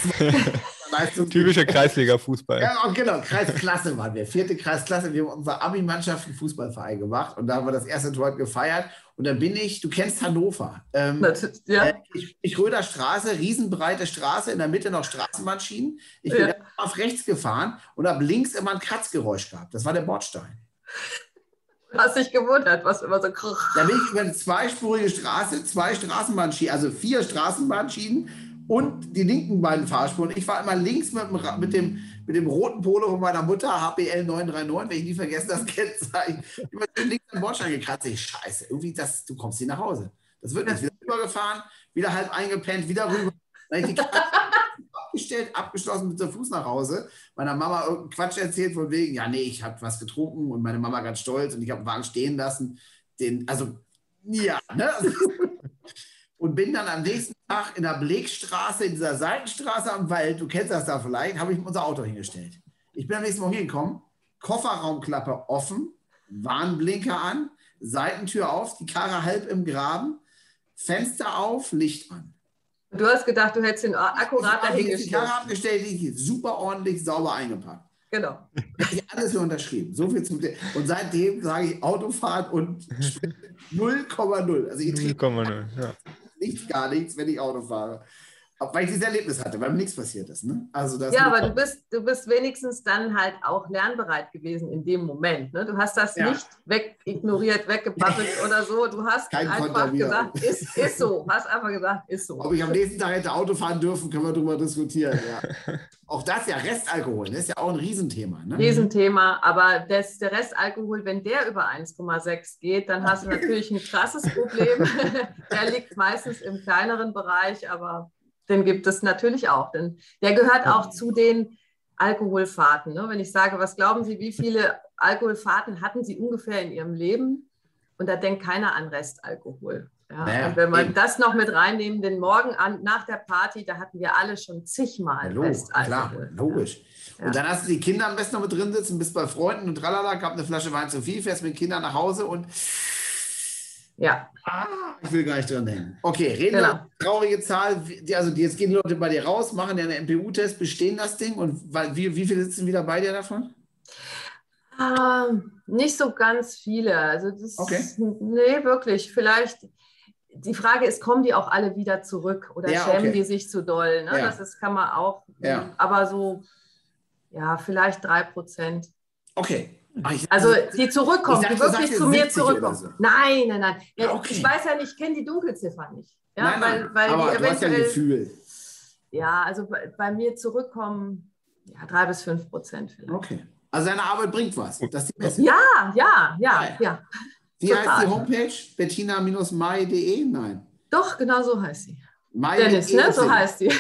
[SPEAKER 1] Typischer Kreisliga-Fußball.
[SPEAKER 2] Ja, oh, genau, Kreisklasse waren wir, vierte Kreisklasse. Wir haben unsere Abi-Mannschaft einen Fußballverein gemacht und da haben wir das erste Tor gefeiert. Und dann bin ich, du kennst Hannover, ähm,
[SPEAKER 3] Natürlich, ja.
[SPEAKER 2] äh, ich, ich Röder Straße, riesenbreite Straße, in der Mitte noch Straßenbahnschienen. Ich bin
[SPEAKER 3] Ja.
[SPEAKER 2] auf rechts gefahren und habe links immer ein Kratzgeräusch gehabt. Das war der Bordstein.
[SPEAKER 3] Du hast dich gewundert, was immer so krrr.
[SPEAKER 2] Da bin ich über eine zweispurige Straße, zwei Straßenbahnschienen, also vier Straßenbahnschienen und die linken beiden Fahrspuren. Ich war immer links mit dem, Ra- mit dem, mit dem roten Polo von meiner Mutter, H P L neun drei neun, wenn ich nie vergessen, das Kennzeichen. Immer schön links am Bordstein gekratzt. Ich, scheiße, irgendwie, das, du kommst hier nach Hause. Das wird nicht. Wieder rübergefahren, wieder halb eingepennt, wieder rüber. Dann hab ich die Karte abgestellt, abgeschlossen mit dem Fuß nach Hause. Meiner Mama irgendeinen Quatsch erzählt von wegen, ja, nee, ich habe was getrunken und meine Mama ganz stolz und ich habe den Wagen stehen lassen. Den, also, ja, ne? Und bin dann am nächsten Tag in der Blegstraße, in dieser Seitenstraße am Wald, du kennst das da vielleicht, habe ich unser Auto hingestellt. Ich bin am nächsten Morgen hingekommen, Kofferraumklappe offen, Warnblinker an, Seitentür auf, die Karre halb im Graben, Fenster auf, Licht an.
[SPEAKER 3] Du hast gedacht, du hättest ihn akkurat
[SPEAKER 2] Ich habe die
[SPEAKER 3] dahingestellt.
[SPEAKER 2] Karre abgestellt, die ist super ordentlich, sauber eingepackt.
[SPEAKER 3] Genau.
[SPEAKER 2] Hätte ich alles hier unterschrieben. So viel zum Thema. Und seitdem sage ich Autofahrt und null Komma null. Also ich
[SPEAKER 1] null
[SPEAKER 2] trinke
[SPEAKER 1] Komma null, ja.
[SPEAKER 2] nichts, gar nichts, wenn ich Auto fahre. Auch weil ich dieses Erlebnis hatte, weil mir nichts passiert ist. Ne? Also das
[SPEAKER 3] Ja, aber du bist, du bist wenigstens dann halt auch lernbereit gewesen in dem Moment. Ne? Du hast das
[SPEAKER 2] Ja.
[SPEAKER 3] nicht wegignoriert, weggebabbelt oder so. Du hast
[SPEAKER 2] Kein
[SPEAKER 3] einfach
[SPEAKER 2] Konterbier.
[SPEAKER 3] gesagt, ist, ist so. Hast einfach gesagt, ist so.
[SPEAKER 2] Ob ich am nächsten Tag hätte Auto fahren dürfen, können wir darüber diskutieren. Ja. Auch das ja, Restalkohol, das ist ja auch ein Riesenthema. Ne?
[SPEAKER 3] Riesenthema, aber das, der Restalkohol, wenn der über eins Komma sechs geht, dann hast du natürlich ein krasses Problem. Der liegt meistens im kleineren Bereich, aber den gibt es natürlich auch. Denn der gehört auch zu den Alkoholfahrten. Ne? Wenn ich sage, was glauben Sie, wie viele Alkoholfahrten hatten Sie ungefähr in Ihrem Leben? Und da denkt keiner an Restalkohol. Ja,
[SPEAKER 2] Naja,
[SPEAKER 3] und wenn wir
[SPEAKER 2] eben.
[SPEAKER 3] das noch mit reinnehmen, den Morgen an, nach der Party, da hatten wir alle schon zigmal
[SPEAKER 2] Ja, logisch, klar,
[SPEAKER 3] Restalkohol.
[SPEAKER 2] logisch.
[SPEAKER 3] Ja.
[SPEAKER 2] Und dann hast du die Kinder am besten noch mit drin sitzen, bist bei Freunden und tralala, gab eine Flasche Wein zu viel, fährst mit den Kindern nach Hause und
[SPEAKER 3] Ja,
[SPEAKER 2] ah, ich will gar nicht dran hängen. Okay, reden
[SPEAKER 3] Genau.
[SPEAKER 2] wir über die traurige Zahl. Die- Also die- jetzt gehen die Leute bei dir raus, machen ja einen M P U-Test, bestehen das Ding und weil- wie, wie viele sitzen wieder bei dir davon?
[SPEAKER 3] Ähm, nicht so ganz viele. Also das,
[SPEAKER 2] Okay.
[SPEAKER 3] Nee, wirklich. Vielleicht, die Frage ist, kommen die auch alle wieder zurück oder
[SPEAKER 2] Ja,
[SPEAKER 3] schämen
[SPEAKER 2] okay.
[SPEAKER 3] die sich zu doll? Ne?
[SPEAKER 2] Ja.
[SPEAKER 3] Das ist, kann man auch,
[SPEAKER 2] Ja.
[SPEAKER 3] aber so, ja, vielleicht drei Prozent.
[SPEAKER 2] Okay. Ach, ich,
[SPEAKER 3] Also die zurückkommen,
[SPEAKER 2] ich
[SPEAKER 3] die
[SPEAKER 2] dachte,
[SPEAKER 3] wirklich
[SPEAKER 2] du
[SPEAKER 3] zu mir
[SPEAKER 2] sagst
[SPEAKER 3] zurückkommen.
[SPEAKER 2] so.
[SPEAKER 3] Nein, nein, nein. Ja,
[SPEAKER 2] Okay.
[SPEAKER 3] Ich weiß ja nicht, ich kenne die Dunkelziffer nicht. Ja,
[SPEAKER 2] nein,
[SPEAKER 3] weil,
[SPEAKER 2] nein,
[SPEAKER 3] weil
[SPEAKER 2] aber
[SPEAKER 3] die
[SPEAKER 2] du hast ja ein
[SPEAKER 3] eventuell,
[SPEAKER 2] Gefühl.
[SPEAKER 3] Ja, also bei, bei mir zurückkommen ja, drei bis fünf Prozent vielleicht.
[SPEAKER 2] Okay. Also deine Arbeit bringt was. Das ist die Message.
[SPEAKER 3] Ja, ja, ja,
[SPEAKER 2] Geil.
[SPEAKER 3] ja.
[SPEAKER 2] Wie
[SPEAKER 3] Total.
[SPEAKER 2] heißt die Homepage? Bettina mai punkt de? Nein.
[SPEAKER 3] Doch, genau so heißt sie.
[SPEAKER 2] Mai
[SPEAKER 3] Dennis, ne? So heißt sie.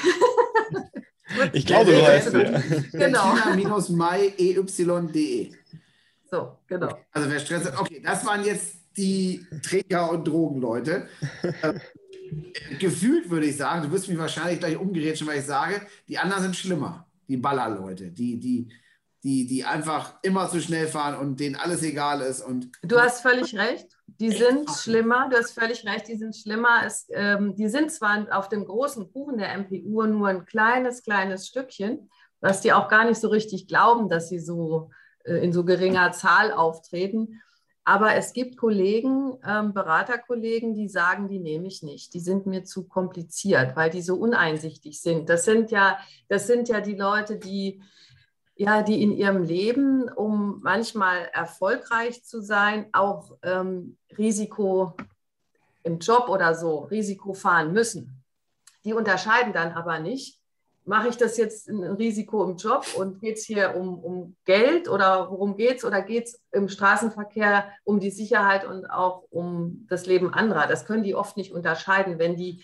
[SPEAKER 1] Ich glaube, so heißt sie.
[SPEAKER 3] Genau.
[SPEAKER 2] Bettina mai punkt de.
[SPEAKER 3] So, genau.
[SPEAKER 2] Okay. Also wer Stress hat, okay, das waren jetzt die Trinker- und Drogenleute. ähm, gefühlt würde ich sagen, du wirst mich wahrscheinlich gleich umgerätschen, weil ich sage, die anderen sind schlimmer. Die Ballerleute, die, die, die, die einfach immer zu schnell fahren und denen alles egal ist. Und
[SPEAKER 3] Du hast völlig recht. Die sind schlimmer. Du hast völlig recht. Die sind schlimmer. Es, ähm, die sind zwar auf dem großen Kuchen der M P U nur ein kleines, kleines Stückchen, was die auch gar nicht so richtig glauben, dass sie so äh, in so geringer Zahl auftreten. Aber es gibt Kollegen, ähm, Beraterkollegen, die sagen, die nehme ich nicht. Die sind mir zu kompliziert, weil die so uneinsichtig sind. Das sind ja, das sind ja die Leute, die Ja, die in ihrem Leben, um manchmal erfolgreich zu sein, auch ähm, Risiko im Job oder so, Risiko fahren müssen. Die unterscheiden dann aber nicht, mache ich das jetzt ein Risiko im Job und geht es hier um, um Geld oder worum geht es oder geht es im Straßenverkehr um die Sicherheit und auch um das Leben anderer. Das können die oft nicht unterscheiden, wenn die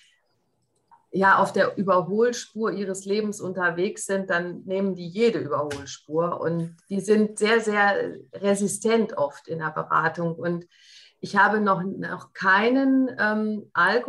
[SPEAKER 3] ja auf der Überholspur ihres Lebens unterwegs sind, dann nehmen die jede Überholspur und die sind sehr, sehr resistent oft in der Beratung. Und ich habe noch, noch keinen ähm,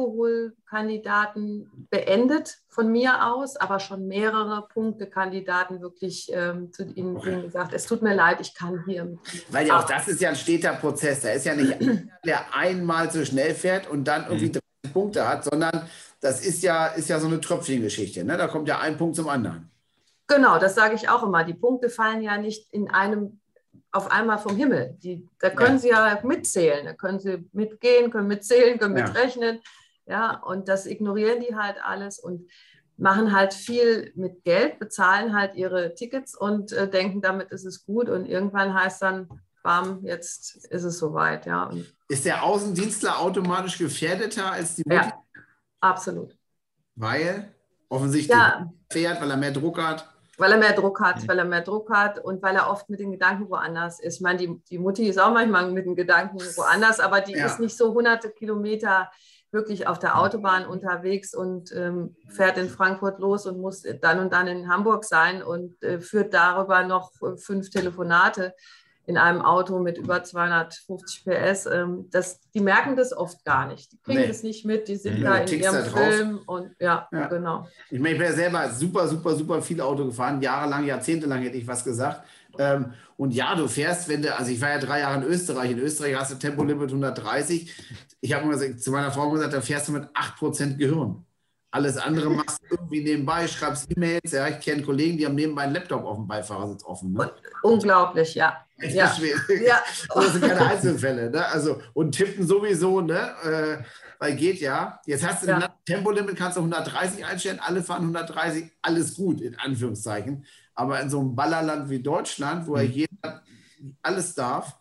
[SPEAKER 3] Alkoholkandidaten beendet von mir aus, aber schon mehrere Punktekandidaten wirklich ähm, zu ihnen okay. gesagt, es tut mir leid, ich kann hier.
[SPEAKER 2] Weil ja auch das ist ja ein steter Prozess. Da ist ja nicht einer, der einmal zu schnell fährt und dann irgendwie drei Punkte hat, sondern das ist ja, ist ja so eine Tröpfchengeschichte. Ne? Da kommt ja ein Punkt zum anderen.
[SPEAKER 3] Genau, das sage ich auch immer. Die Punkte fallen ja nicht in einem auf einmal vom Himmel. Die, da können ja. Sie ja mitzählen. Da können Sie mitgehen, können mitzählen, können ja. mitrechnen. Ja, und das ignorieren die halt alles und machen halt viel mit Geld, bezahlen halt ihre Tickets und äh, denken, damit ist es gut. Und irgendwann heißt dann, bam, jetzt ist es soweit. Ja. Und
[SPEAKER 2] ist der Außendienstler automatisch gefährdeter als die Mutti?
[SPEAKER 3] Ja. Absolut.
[SPEAKER 2] Weil offensichtlich
[SPEAKER 3] ja.
[SPEAKER 2] fährt, weil er mehr Druck hat.
[SPEAKER 3] Weil er mehr Druck hat, mhm. weil er mehr Druck hat und weil er oft mit den Gedanken woanders ist. Ich meine, die, die Mutti ist auch manchmal mit den Gedanken woanders, aber die ja. ist nicht so hunderte Kilometer wirklich auf der Autobahn unterwegs und ähm, fährt in Frankfurt los und muss dann und dann in Hamburg sein und äh, führt darüber noch äh, fünf Telefonate in einem Auto mit über zweihundertfünfzig P S. Ähm, das, die merken das oft gar nicht. Die kriegen nee. das nicht mit, die sind nee, da in ihrem Film. Und, ja, ja, genau.
[SPEAKER 2] Ich meine, ich bin ja selber super, super, super viel Auto gefahren. Jahrelang, jahrzehntelang hätte ich was gesagt. Ähm, und ja, du fährst, wenn du, also ich war ja drei Jahre in Österreich. In Österreich hast du Tempolimit hundertdreißig. Ich habe mal zu meiner Frau gesagt, da fährst du mit acht Prozent Gehirn. Alles andere machst du irgendwie nebenbei, schreibst E-Mails. Ja, ich kenne Kollegen, die haben nebenbei einen Laptop auf dem Beifahrersitz offen. Ne?
[SPEAKER 3] Unglaublich, ja.
[SPEAKER 2] Echt
[SPEAKER 3] ja.
[SPEAKER 2] ja. Das sind keine Einzelfälle. Ne? Also, und tippen sowieso, ne? Äh, weil geht ja. Jetzt hast du ja. ein Tempolimit, kannst du hundertdreißig einstellen, alle fahren hundertdreißig, alles gut, in Anführungszeichen. Aber in so einem Ballerland wie Deutschland, wo ja jeder alles darf.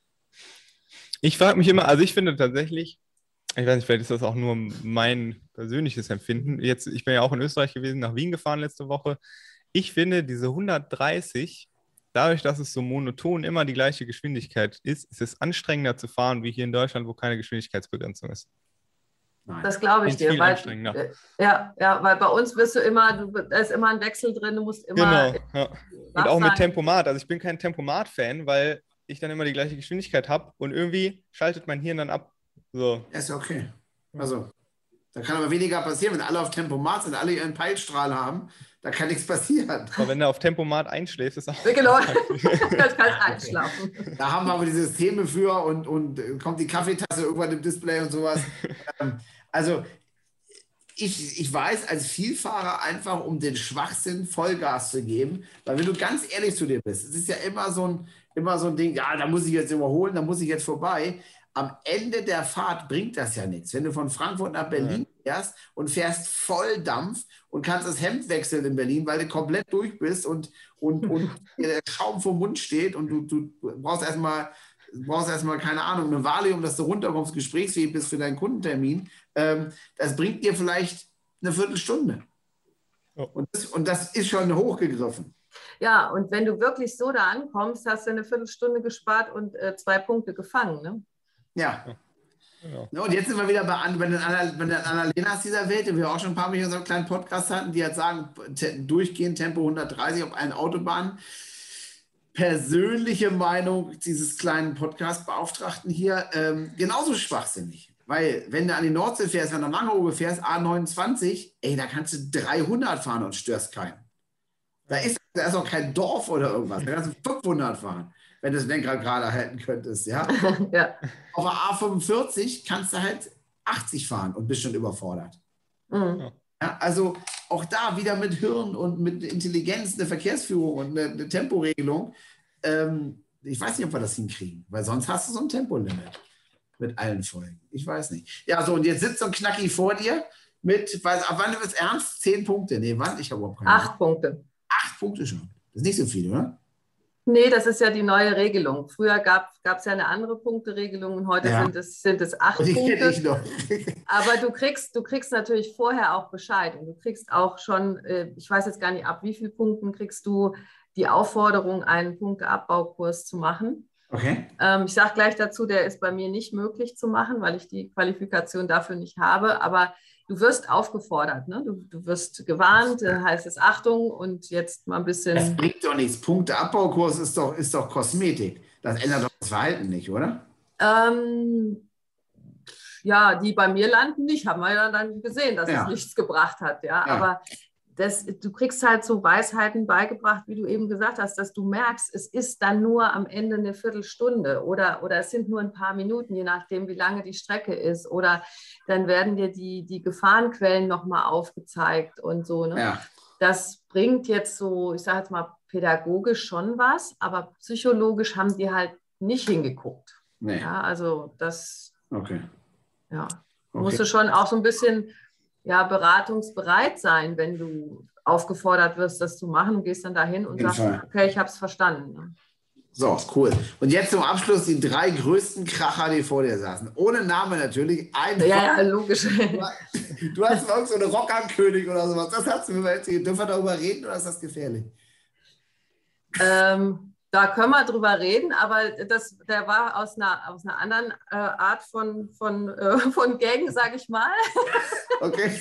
[SPEAKER 1] Ich frage mich immer, also ich finde tatsächlich, ich weiß nicht, vielleicht ist das auch nur mein persönliches Empfinden. Jetzt, ich bin ja auch in Österreich gewesen, nach Wien gefahren letzte Woche. Ich finde, diese hundertdreißig, dadurch, dass es so monoton immer die gleiche Geschwindigkeit ist, ist es anstrengender zu fahren, wie hier in Deutschland, wo keine Geschwindigkeitsbegrenzung ist.
[SPEAKER 3] Nein. Das glaube ich dir.
[SPEAKER 1] Viel
[SPEAKER 3] weil,
[SPEAKER 1] anstrengender.
[SPEAKER 3] Ja, ja, weil bei uns bist du immer, du, da ist immer ein Wechsel drin, du musst immer.
[SPEAKER 1] Genau. Ja. Und auch mit Tempomat. Also ich bin kein Tempomat-Fan, weil ich dann immer die gleiche Geschwindigkeit habe und irgendwie schaltet mein Hirn dann ab. So.
[SPEAKER 2] Ja, ist ja okay. Also, da kann aber weniger passieren, wenn alle auf Tempomat sind, alle ihren Peilstrahl haben, da kann nichts passieren.
[SPEAKER 1] Aber wenn du auf Tempomat einschläfst, ist auch...
[SPEAKER 3] Genau, kannst kannst einschlafen.
[SPEAKER 2] Da haben wir aber die Systeme für und, und kommt die Kaffeetasse irgendwann im Display und sowas. Also, ich, ich weiß als Vielfahrer einfach, um den Schwachsinn Vollgas zu geben, weil wenn du ganz ehrlich zu dir bist, es ist ja immer so ein, immer so ein Ding, ja, da muss ich jetzt überholen, da muss ich jetzt vorbei. am Ende der Fahrt bringt das ja nichts. Wenn du von Frankfurt nach Berlin fährst und fährst voll Dampf und kannst das Hemd wechseln in Berlin, weil du komplett durch bist und, und, und der Schaum vom Mund steht und du, du brauchst erstmal, brauchst erstmal, keine Ahnung, eine Valium, dass du runterkommst, gesprächsfähig bist für deinen Kundentermin. Ähm, das bringt dir vielleicht eine Viertelstunde. Oh. Und, das, und das ist schon hochgegriffen.
[SPEAKER 3] Ja, und wenn du wirklich so da ankommst, hast du eine Viertelstunde gespart und äh, zwei Punkte gefangen, ne?
[SPEAKER 2] Ja. Ja. Und jetzt sind wir wieder bei, bei den, bei den Annalenas dieser Welt, die wir auch schon ein paar Mal in unserem kleinen Podcast hatten, die halt sagen, te, durchgehend Tempo hundertdreißig auf allen Autobahnen. Persönliche Meinung dieses kleinen Podcast-Beauftragten hier, ähm, genauso schwachsinnig. Weil, wenn du an die Nordsee fährst, wenn du nach Langeoge fährst, A neunundzwanzig, ey, da kannst du dreihundert fahren und störst keinen. Da ist, da ist auch kein Dorf oder irgendwas. Da kannst du fünfhundert fahren, wenn du das Lenkrad gerade halten könntest. Ja? Ja. Auf der A fünfundvierzig kannst du halt achtzig fahren und bist schon überfordert. Mhm. Ja, also auch da wieder mit Hirn und mit Intelligenz eine Verkehrsführung und eine, eine Temporegelung. Ähm, ich weiß nicht, ob wir das hinkriegen, weil sonst hast du so ein Tempolimit mit allen Folgen. Ich weiß nicht. Ja, so, und jetzt sitzt so ein Knacki vor dir mit, weiß, ab wann wird es ernst? Zehn Punkte. Nee, wann? Ich habe überhaupt keine
[SPEAKER 3] Acht Punkte.
[SPEAKER 2] Acht Punkte schon. Das ist nicht so viel, oder?
[SPEAKER 3] Nee, das ist ja die neue Regelung. Früher gab es ja eine andere Punkteregelung und heute ja. sind, es, sind es acht die Punkte. Ich noch. Aber du kriegst, du kriegst natürlich vorher auch Bescheid und du kriegst auch schon, äh, ich weiß jetzt gar nicht, ab wie vielen Punkten kriegst du die Aufforderung, einen Punkteabbaukurs zu machen.
[SPEAKER 2] Okay.
[SPEAKER 3] Ähm, ich sage gleich dazu, der ist bei mir nicht möglich zu machen, weil ich die Qualifikation dafür nicht habe, aber du wirst aufgefordert, ne? du, du wirst gewarnt, äh, heißt es Achtung und jetzt mal ein bisschen...
[SPEAKER 2] Das bringt doch nichts. Punkteabbaukurs ist doch, ist doch Kosmetik. Das ändert doch das Verhalten nicht, oder?
[SPEAKER 3] Ähm, ja, die bei mir landen nicht, haben wir ja dann gesehen, dass ja. es nichts gebracht hat. Ja, ja. Aber das, du kriegst halt so Weisheiten beigebracht, wie du eben gesagt hast, dass du merkst, es ist dann nur am Ende eine Viertelstunde oder, oder es sind nur ein paar Minuten, je nachdem, wie lange die Strecke ist. Oder dann werden dir die, die Gefahrenquellen nochmal aufgezeigt und so. Ne?
[SPEAKER 2] Ja.
[SPEAKER 3] Das bringt jetzt so, ich sage jetzt mal, pädagogisch schon was, aber psychologisch haben die halt nicht hingeguckt.
[SPEAKER 2] Nee.
[SPEAKER 3] Ja, also das
[SPEAKER 2] okay.
[SPEAKER 3] ja,
[SPEAKER 2] okay.
[SPEAKER 3] musst du schon auch so ein bisschen... ja, beratungsbereit sein, wenn du aufgefordert wirst, das zu machen. Du gehst dann dahin und sagst, Fall. okay, ich habe es verstanden. Ne?
[SPEAKER 2] So, cool. Und jetzt zum Abschluss die drei größten Kracher, die vor dir saßen. Ohne Name natürlich. Einfach.
[SPEAKER 3] Ja, ja, logisch.
[SPEAKER 2] Du, du hast irgend so eine Rockernkönig oder sowas. Das hast du mir mal erzählt. Dürfen wir darüber reden oder ist das gefährlich?
[SPEAKER 3] Ähm, da können wir drüber reden, aber das, der war aus einer, aus einer anderen äh, Art von, von, äh, von Gang, sage ich mal.
[SPEAKER 2] Okay.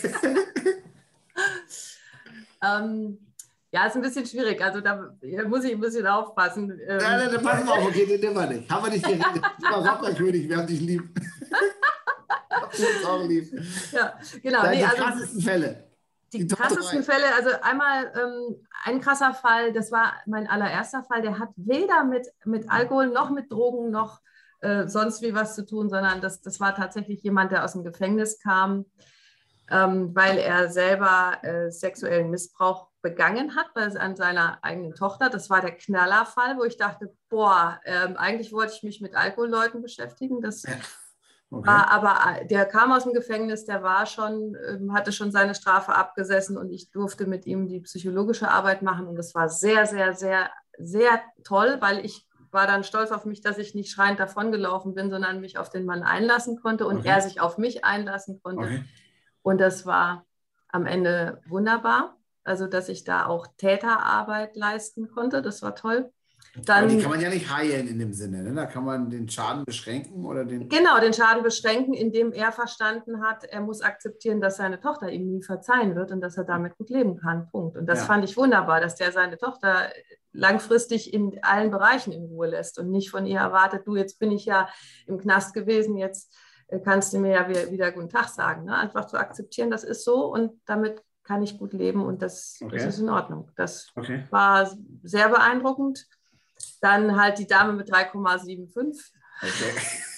[SPEAKER 3] ähm, ja, ist ein bisschen schwierig. Also da muss ich ein bisschen aufpassen.
[SPEAKER 2] Ähm, nein, nein, pass mal auf, okay, den nehmen wir nicht. Haben wir nicht geredet. Du war Rockerkönig, wir haben dich lieb. Du uns auch lieb.
[SPEAKER 3] Ja, genau.
[SPEAKER 2] Deine
[SPEAKER 3] nee, also,
[SPEAKER 2] krassesten Fälle.
[SPEAKER 3] Die, die krassesten Fälle, also einmal ähm, ein krasser Fall, das war mein allererster Fall, der hat weder mit, mit Alkohol noch mit Drogen noch äh, sonst wie was zu tun, sondern das, das war tatsächlich jemand, der aus dem Gefängnis kam, ähm, weil er selber äh, sexuellen Missbrauch begangen hat bei, an seiner eigenen Tochter. Das war der Knallerfall, wo ich dachte, boah, ähm, eigentlich wollte ich mich mit Alkoholleuten beschäftigen, das... Okay. War, aber der kam aus dem Gefängnis, der war schon, hatte schon seine Strafe abgesessen und ich durfte mit ihm die psychologische Arbeit machen und es war sehr, sehr, sehr, sehr toll, weil ich war dann stolz auf mich, dass ich nicht schreiend davongelaufen bin, sondern mich auf den Mann einlassen konnte und okay. er sich auf mich einlassen konnte. Okay. Und das war am Ende wunderbar, also dass ich da auch Täterarbeit leisten konnte, das war toll. Dann,
[SPEAKER 2] aber die kann man ja nicht heilen in dem Sinne, ne? Da kann man den Schaden beschränken oder den...
[SPEAKER 3] Genau, den Schaden beschränken, indem er verstanden hat, er muss akzeptieren, dass seine Tochter ihm nie verzeihen wird und dass er damit gut leben kann, Punkt. Und das ja. fand ich wunderbar, dass der seine Tochter langfristig in allen Bereichen in Ruhe lässt und nicht von ihr erwartet, du, jetzt bin ich ja im Knast gewesen, jetzt kannst du mir ja wieder, wieder guten Tag sagen. Ne? Einfach zu akzeptieren, das ist so und damit kann ich gut leben und das, okay. das ist in Ordnung. Das okay. war sehr beeindruckend. Dann halt die Dame mit drei Komma fünfundsiebzig.
[SPEAKER 2] Okay.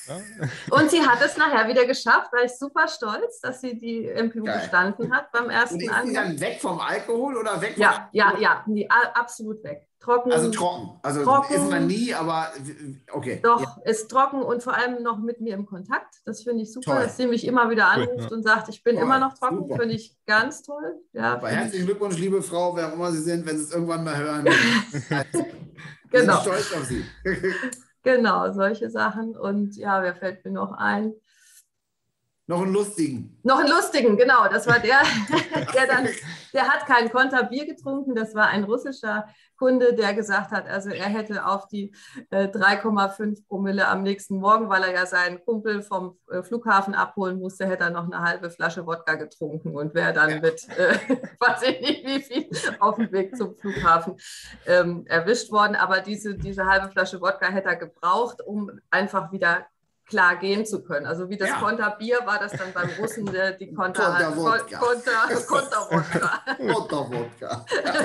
[SPEAKER 1] Ja?
[SPEAKER 3] Und sie hat es nachher wieder geschafft, war ich super stolz, dass sie die M P U
[SPEAKER 2] Geil.
[SPEAKER 3] bestanden hat beim
[SPEAKER 2] Und
[SPEAKER 3] ersten
[SPEAKER 2] ist die
[SPEAKER 3] Angang.
[SPEAKER 2] dann weg vom Alkohol oder weg vom
[SPEAKER 3] Ja, ja, ja, nee, a- absolut weg. Trocken.
[SPEAKER 2] Also trocken. Also
[SPEAKER 3] Trocken.
[SPEAKER 2] ist man nie, aber okay.
[SPEAKER 3] Doch,
[SPEAKER 2] Ja.
[SPEAKER 3] ist trocken und vor allem noch mit mir im Kontakt. Das finde ich super,
[SPEAKER 2] Toll.
[SPEAKER 3] dass sie mich immer wieder anruft
[SPEAKER 1] Cool, ja.
[SPEAKER 3] und sagt, ich bin
[SPEAKER 2] Toll,
[SPEAKER 3] immer noch trocken.
[SPEAKER 2] super.
[SPEAKER 3] Finde ich ganz toll. Ja,
[SPEAKER 2] Aber
[SPEAKER 3] finde
[SPEAKER 2] herzlichen
[SPEAKER 3] ich,
[SPEAKER 2] Glückwunsch, liebe Frau, wer auch immer Sie sind, wenn Sie es irgendwann mal hören. Wir
[SPEAKER 3] genau,
[SPEAKER 2] sind stolz auf Sie.
[SPEAKER 3] genau, solche Sachen. Und ja, wer fällt mir noch ein?
[SPEAKER 2] Noch einen lustigen.
[SPEAKER 3] Noch einen lustigen, genau. Das war der, der dann, der hat kein Konter Bier getrunken. Das war ein russischer Kunde, der gesagt hat, also er hätte auf die äh, drei Komma fünf Promille am nächsten Morgen, weil er ja seinen Kumpel vom äh, Flughafen abholen musste, hätte er noch eine halbe Flasche Wodka getrunken und wäre dann
[SPEAKER 2] Ja.
[SPEAKER 3] mit, äh, weiß ich nicht wie viel, auf dem Weg zum Flughafen ähm, erwischt worden. Aber diese, diese halbe Flasche Wodka hätte er gebraucht, um einfach wieder klar gehen zu können. Also wie das
[SPEAKER 2] Ja.
[SPEAKER 3] Konterbier war das dann beim Russen der, die Konter,
[SPEAKER 2] Konterwodka.
[SPEAKER 3] Konter, Konterwodka.
[SPEAKER 2] Konterwodka.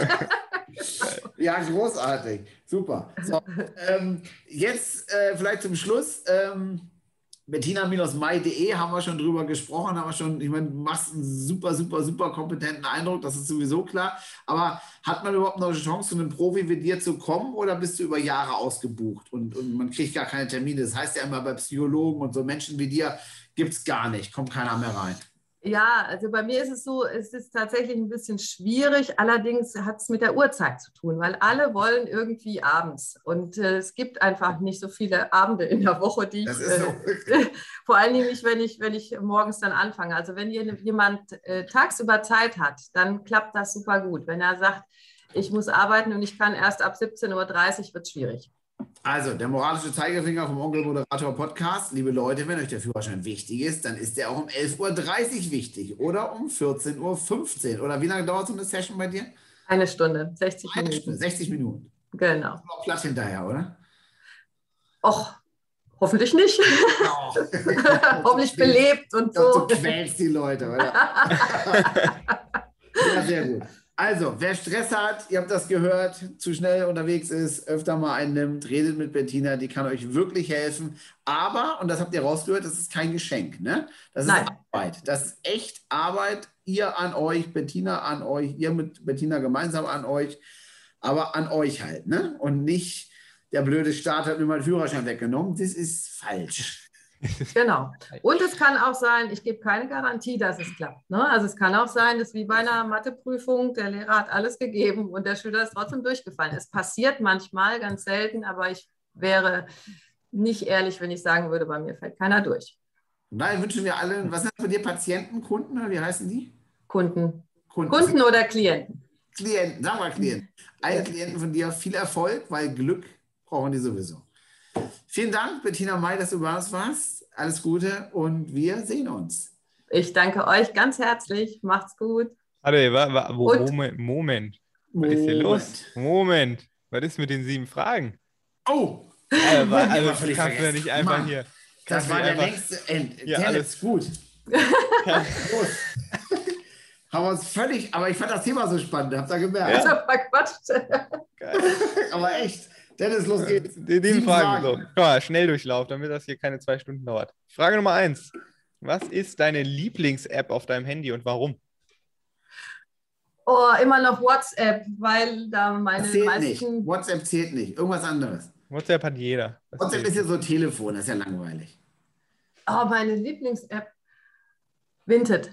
[SPEAKER 2] Ja, großartig. Super. So, ähm, jetzt äh, vielleicht zum Schluss. Ähm, Bettina Mai punkt de haben wir schon drüber gesprochen, haben wir schon, ich meine, du machst einen super, super, super kompetenten Eindruck, das ist sowieso klar. Aber hat man überhaupt noch eine Chance, zu einem Profi wie dir zu kommen oder bist du über Jahre ausgebucht und, und man kriegt gar keine Termine? Das heißt ja immer bei Psychologen und so Menschen wie dir gibt es gar nicht, kommt keiner mehr rein.
[SPEAKER 3] Ja, also bei mir ist es so, es ist tatsächlich ein bisschen schwierig. Allerdings hat es mit der Uhrzeit zu tun, weil alle wollen irgendwie abends. Und äh, es gibt einfach nicht so viele Abende in der Woche, die
[SPEAKER 2] Das
[SPEAKER 3] ich,
[SPEAKER 2] ist so.
[SPEAKER 3] äh, vor allen Dingen nicht, wenn ich, wenn ich morgens dann anfange. Also wenn hier jemand äh, tagsüber Zeit hat, dann klappt das super gut. Wenn er sagt, ich muss arbeiten und ich kann erst ab siebzehn Uhr dreißig, wird es schwierig.
[SPEAKER 2] Also, der moralische Zeigefinger vom Onkel Moderator Podcast. Liebe Leute, wenn euch der Führerschein wichtig ist, dann ist der auch um elf Uhr dreißig wichtig oder um vierzehn Uhr fünfzehn. Oder wie lange dauert so eine Session bei dir?
[SPEAKER 3] Eine Stunde, sechzig
[SPEAKER 2] Eine
[SPEAKER 3] Minuten.
[SPEAKER 2] Stunde, sechzig Minuten.
[SPEAKER 3] Genau.
[SPEAKER 2] Noch platt hinterher, oder?
[SPEAKER 3] Och, hoffentlich nicht.
[SPEAKER 2] Oh.
[SPEAKER 3] Hoffentlich belebt und
[SPEAKER 2] Ich glaub,
[SPEAKER 3] so.
[SPEAKER 2] du quälst die Leute, oder? Ja, sehr gut. Also, wer Stress hat, ihr habt das gehört, zu schnell unterwegs ist, öfter mal einnimmt, redet mit Bettina, die kann euch wirklich helfen. Aber, und das habt ihr rausgehört, das ist kein Geschenk, ne? Das ist
[SPEAKER 3] Nein.
[SPEAKER 2] Arbeit. Das ist echt Arbeit. Ihr an euch, Bettina an euch, ihr mit Bettina gemeinsam an euch, aber an euch halt, ne? Und nicht, der blöde Staat hat mir meinen Führerschein weggenommen. Das ist falsch.
[SPEAKER 3] Genau. Und es kann auch sein, ich gebe keine Garantie, dass es klappt. Ne? Also es kann auch sein, dass wie bei einer Matheprüfung, der Lehrer hat alles gegeben und der Schüler ist trotzdem durchgefallen. Es passiert manchmal, ganz selten, aber ich wäre nicht ehrlich, wenn ich sagen würde, bei mir fällt keiner durch.
[SPEAKER 2] Und daher wünschen wir alle, was sind das bei dir, Patienten, Kunden, oder wie heißen die?
[SPEAKER 3] Kunden.
[SPEAKER 2] Kunden.
[SPEAKER 3] Kunden oder Klienten?
[SPEAKER 2] Klienten, sagen wir Klienten. Alle Klienten von dir, viel Erfolg, weil Glück brauchen die sowieso. Vielen Dank, Bettina Mai, dass du bei uns warst. Alles Gute und wir sehen uns.
[SPEAKER 3] Ich danke euch ganz herzlich. Macht's gut.
[SPEAKER 1] Warte, wa, wa, wo,
[SPEAKER 3] Und-
[SPEAKER 1] Moment, Moment. Was ist hier los? Moment. Was ist mit den sieben Fragen?
[SPEAKER 2] Oh,
[SPEAKER 1] Also, wa-
[SPEAKER 2] hab ich
[SPEAKER 1] also
[SPEAKER 2] aber
[SPEAKER 1] du
[SPEAKER 2] völlig
[SPEAKER 1] kannst ja
[SPEAKER 2] vergessen.
[SPEAKER 1] nicht einfach
[SPEAKER 2] Mann,
[SPEAKER 1] hier.
[SPEAKER 2] das
[SPEAKER 1] kannst
[SPEAKER 2] war
[SPEAKER 1] nicht
[SPEAKER 2] der
[SPEAKER 1] einfach-
[SPEAKER 2] längste End.
[SPEAKER 1] Ja,
[SPEAKER 2] Dennis,
[SPEAKER 1] alles-
[SPEAKER 2] gut. Los. Haben wir uns völlig, aber ich fand das Thema so spannend, habt ihr gemerkt.
[SPEAKER 3] Also verquatscht.
[SPEAKER 1] Geil.
[SPEAKER 2] Aber echt. Dennis, los geht's.
[SPEAKER 1] Die, die
[SPEAKER 2] Sieben
[SPEAKER 1] Fragen. So.
[SPEAKER 2] Fragen.
[SPEAKER 1] Guck mal, Schnelldurchlauf, damit das hier keine zwei Stunden dauert. Frage Nummer eins. Was ist deine Lieblings-App auf deinem Handy und warum?
[SPEAKER 3] Oh, immer noch WhatsApp, weil da meine
[SPEAKER 2] Das zählt nicht.
[SPEAKER 3] meisten...
[SPEAKER 2] WhatsApp zählt nicht. Irgendwas anderes.
[SPEAKER 1] WhatsApp hat jeder. Das
[SPEAKER 2] WhatsApp
[SPEAKER 1] zählt.
[SPEAKER 2] ist ja so Telefon, das ist ja langweilig.
[SPEAKER 3] Oh, meine Lieblings-App. Vinted.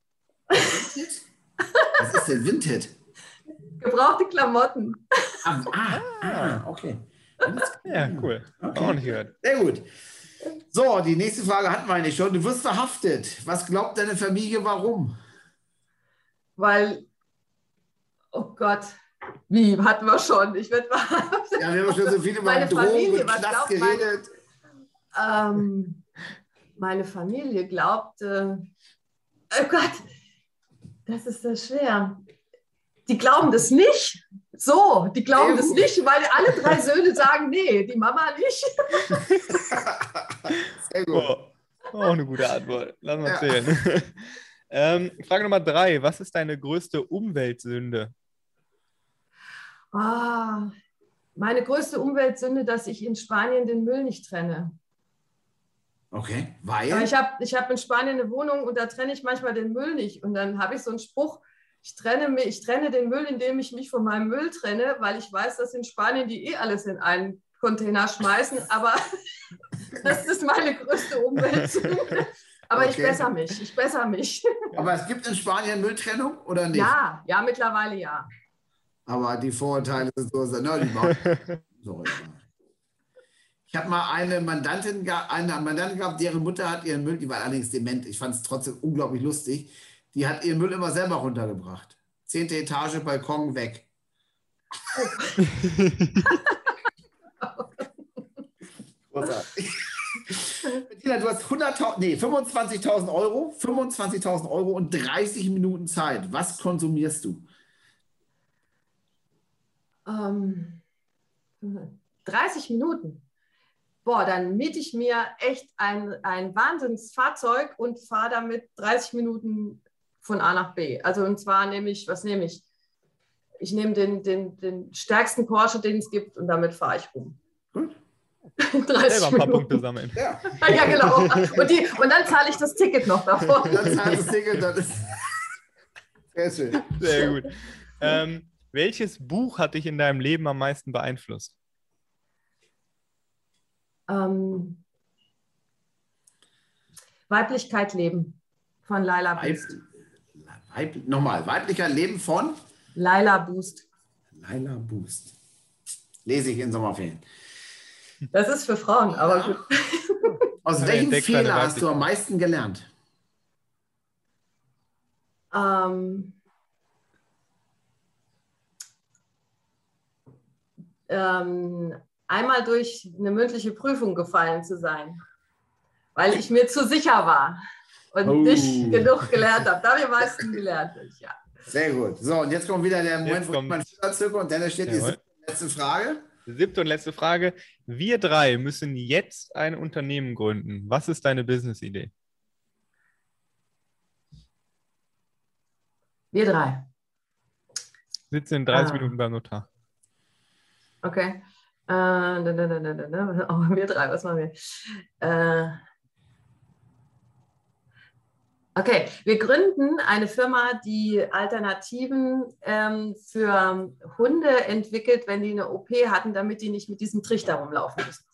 [SPEAKER 2] Was ist denn Vinted?
[SPEAKER 3] Gebrauchte Klamotten.
[SPEAKER 2] Ah, ah, ah okay. Alles klar.
[SPEAKER 1] Ja, cool.
[SPEAKER 2] Okay.
[SPEAKER 1] Auch nicht gehört.
[SPEAKER 2] Sehr gut. So, die nächste Frage hatten wir eigentlich schon. Du wirst verhaftet. Was glaubt deine Familie, warum?
[SPEAKER 3] Weil, oh Gott, wie, hatten wir schon. Ich werde
[SPEAKER 2] Ja, wir haben schon so viel über
[SPEAKER 3] Meine
[SPEAKER 2] Drogen
[SPEAKER 3] Familie,
[SPEAKER 2] und
[SPEAKER 3] was
[SPEAKER 2] Knast
[SPEAKER 3] glaubt meine-
[SPEAKER 2] geredet.
[SPEAKER 3] ähm, meine Familie glaubt, äh, oh Gott, das ist so schwer. Die glauben das nicht. So, die glauben
[SPEAKER 2] Sehr
[SPEAKER 3] das
[SPEAKER 2] gut.
[SPEAKER 3] nicht, weil alle drei Söhne sagen, nee, die Mama nicht.
[SPEAKER 2] Sehr gut.
[SPEAKER 1] Oh, auch eine gute Antwort. Lass mal
[SPEAKER 2] Ja.
[SPEAKER 1] zählen. ähm, Frage Nummer drei. Was ist deine größte Umweltsünde?
[SPEAKER 3] Ah, meine größte Umweltsünde, dass ich in Spanien den Müll nicht trenne.
[SPEAKER 2] Okay, weil?
[SPEAKER 3] Aber ich habe ich hab in Spanien eine Wohnung und da trenne ich manchmal den Müll nicht. Und dann habe ich so einen Spruch, ich trenne, mich, ich trenne den Müll, indem ich mich von meinem Müll trenne, weil ich weiß, dass in Spanien die eh alles in einen Container schmeißen. Aber das ist meine größte Umwälzung. Aber okay. ich bessere mich, ich bessere mich.
[SPEAKER 2] Aber es gibt in Spanien Mülltrennung oder nicht?
[SPEAKER 3] Ja, ja, mittlerweile ja.
[SPEAKER 2] Aber die Vorurteile sind so, ne, die machen. So, ich habe mal eine Mandantin, eine Mandantin gehabt, deren Mutter hat ihren Müll, die war allerdings dement, ich fand es trotzdem unglaublich lustig, die hat ihren Müll immer selber runtergebracht. Zehnte Etage, Balkon, weg. Großartig. Bettina, du hast hunderttausend, nee, fünfundzwanzigtausend Euro, fünfundzwanzigtausend Euro und dreißig Minuten Zeit. Was konsumierst du?
[SPEAKER 3] Ähm, dreißig Minuten. Boah, dann miete ich mir echt ein, ein Wahnsinnsfahrzeug und fahre damit dreißig Minuten von A nach B. Also und zwar nehme ich, was nehme ich? Ich nehme den, den, den stärksten Porsche, den es gibt und damit fahre ich rum.
[SPEAKER 2] Gut.
[SPEAKER 1] Selber ein paar Punkte sammeln.
[SPEAKER 2] Ja,
[SPEAKER 3] ja genau. Und, die, und dann zahle ich das Ticket noch davor.
[SPEAKER 2] Dann zahle ich das Ticket, das ist sehr schön.
[SPEAKER 1] Sehr gut. Ähm, welches Buch hat dich in deinem Leben am meisten beeinflusst?
[SPEAKER 3] Ähm, Weiblichkeit leben von Laila Boost.
[SPEAKER 2] Weib, Weib, nochmal, Weiblichkeit leben von?
[SPEAKER 3] Laila Boost.
[SPEAKER 2] Laila Boost. Lese ich in Sommerferien.
[SPEAKER 3] Das ist für Frauen, aber ja. Gut.
[SPEAKER 2] Aus
[SPEAKER 1] Ja,
[SPEAKER 2] welchem Fehler hast du am meisten gelernt?
[SPEAKER 3] Ähm, ähm, einmal durch eine mündliche Prüfung gefallen zu sein, weil ich mir zu sicher war und oh. nicht genug gelernt habe. Da habe ich am meisten gelernt. Ja.
[SPEAKER 2] Sehr gut. So, und jetzt kommt wieder der Moment, wo ich meinen Finger zücke und dann steht die letzte Frage.
[SPEAKER 1] Siebte und letzte Frage. Wir drei müssen jetzt ein Unternehmen gründen. Was ist deine Business-Idee?
[SPEAKER 3] Wir drei.
[SPEAKER 1] Sitzen in dreißig
[SPEAKER 3] ah.
[SPEAKER 1] Minuten beim Notar.
[SPEAKER 3] Okay. Äh, da, da, da, da, da. Oh, wir drei, was machen wir? Äh, okay, wir gründen eine Firma, die Alternativen ähm, für Hunde entwickelt, wenn die eine O P hatten, damit die nicht mit diesem Trichter rumlaufen müssen.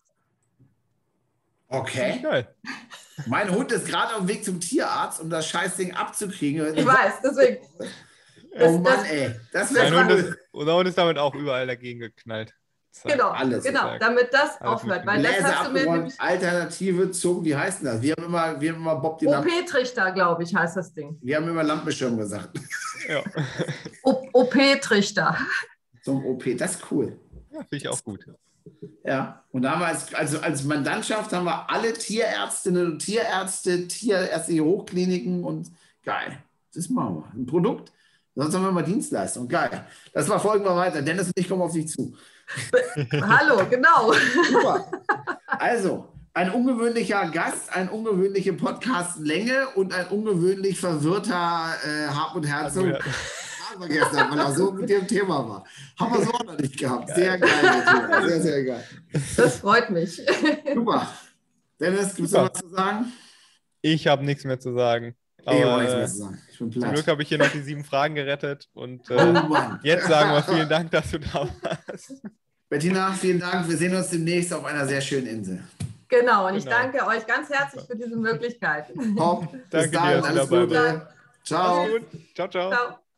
[SPEAKER 2] Okay. Geil. Mein Hund ist gerade auf dem Weg zum Tierarzt, um das Scheißding abzukriegen.
[SPEAKER 3] Ich weiß, deswegen.
[SPEAKER 2] Das, oh Mann, das, ey. Das wäre
[SPEAKER 1] cool. Ist, unser Hund ist damit auch überall dagegen geknallt.
[SPEAKER 3] Genau, alles genau, damit das alles aufhört. Weil das hast du mir nämlich
[SPEAKER 2] Alternative zum, wie heißt denn das? Wir haben immer, wir haben immer Bob die
[SPEAKER 3] O P-Trichter, glaube ich, heißt das Ding.
[SPEAKER 2] Wir haben immer Lampenschirm gesagt.
[SPEAKER 1] Ja.
[SPEAKER 3] O P-Trichter.
[SPEAKER 2] Zum O P, das ist cool.
[SPEAKER 1] Ja, finde ich auch gut.
[SPEAKER 2] Ja, und da haben wir als, also als Mandantschaft haben wir alle Tierärztinnen und Tierärzte, tierärztliche Hochkliniken und geil. Das machen wir. Ein Produkt, sonst haben wir immer Dienstleistung. Geil. Das war folgen wir weiter. Dennis und ich kommen auf dich zu.
[SPEAKER 3] Hallo, genau.
[SPEAKER 2] Super. Also, ein ungewöhnlicher Gast, eine ungewöhnliche Podcast-Länge und ein ungewöhnlich verwirrter äh, Hartmut Herzog. Ja. Haben wir gestern, weil er so mit dem Thema war. Haben wir so auch noch nicht gehabt. Sehr geil. geil. Sehr, sehr geil.
[SPEAKER 3] Das freut mich.
[SPEAKER 2] Super. Dennis, gibt es noch was zu sagen?
[SPEAKER 1] Ich habe nichts mehr zu sagen.
[SPEAKER 2] Aber, ich habe nichts mehr zu sagen. Ich bin platt.
[SPEAKER 1] Zum Glück habe ich hier noch die sieben Fragen gerettet. Und äh, oh jetzt sagen wir vielen Dank, dass du da warst.
[SPEAKER 2] Bettina, vielen Dank. Wir sehen uns demnächst auf einer sehr schönen Insel.
[SPEAKER 3] Genau, und ich genau. danke euch ganz herzlich für diese Möglichkeit.
[SPEAKER 2] Hopp, bis
[SPEAKER 1] danke
[SPEAKER 2] dann,
[SPEAKER 1] dir,
[SPEAKER 2] alles Gute. Ciao.
[SPEAKER 1] Ciao, ciao.
[SPEAKER 3] Ciao.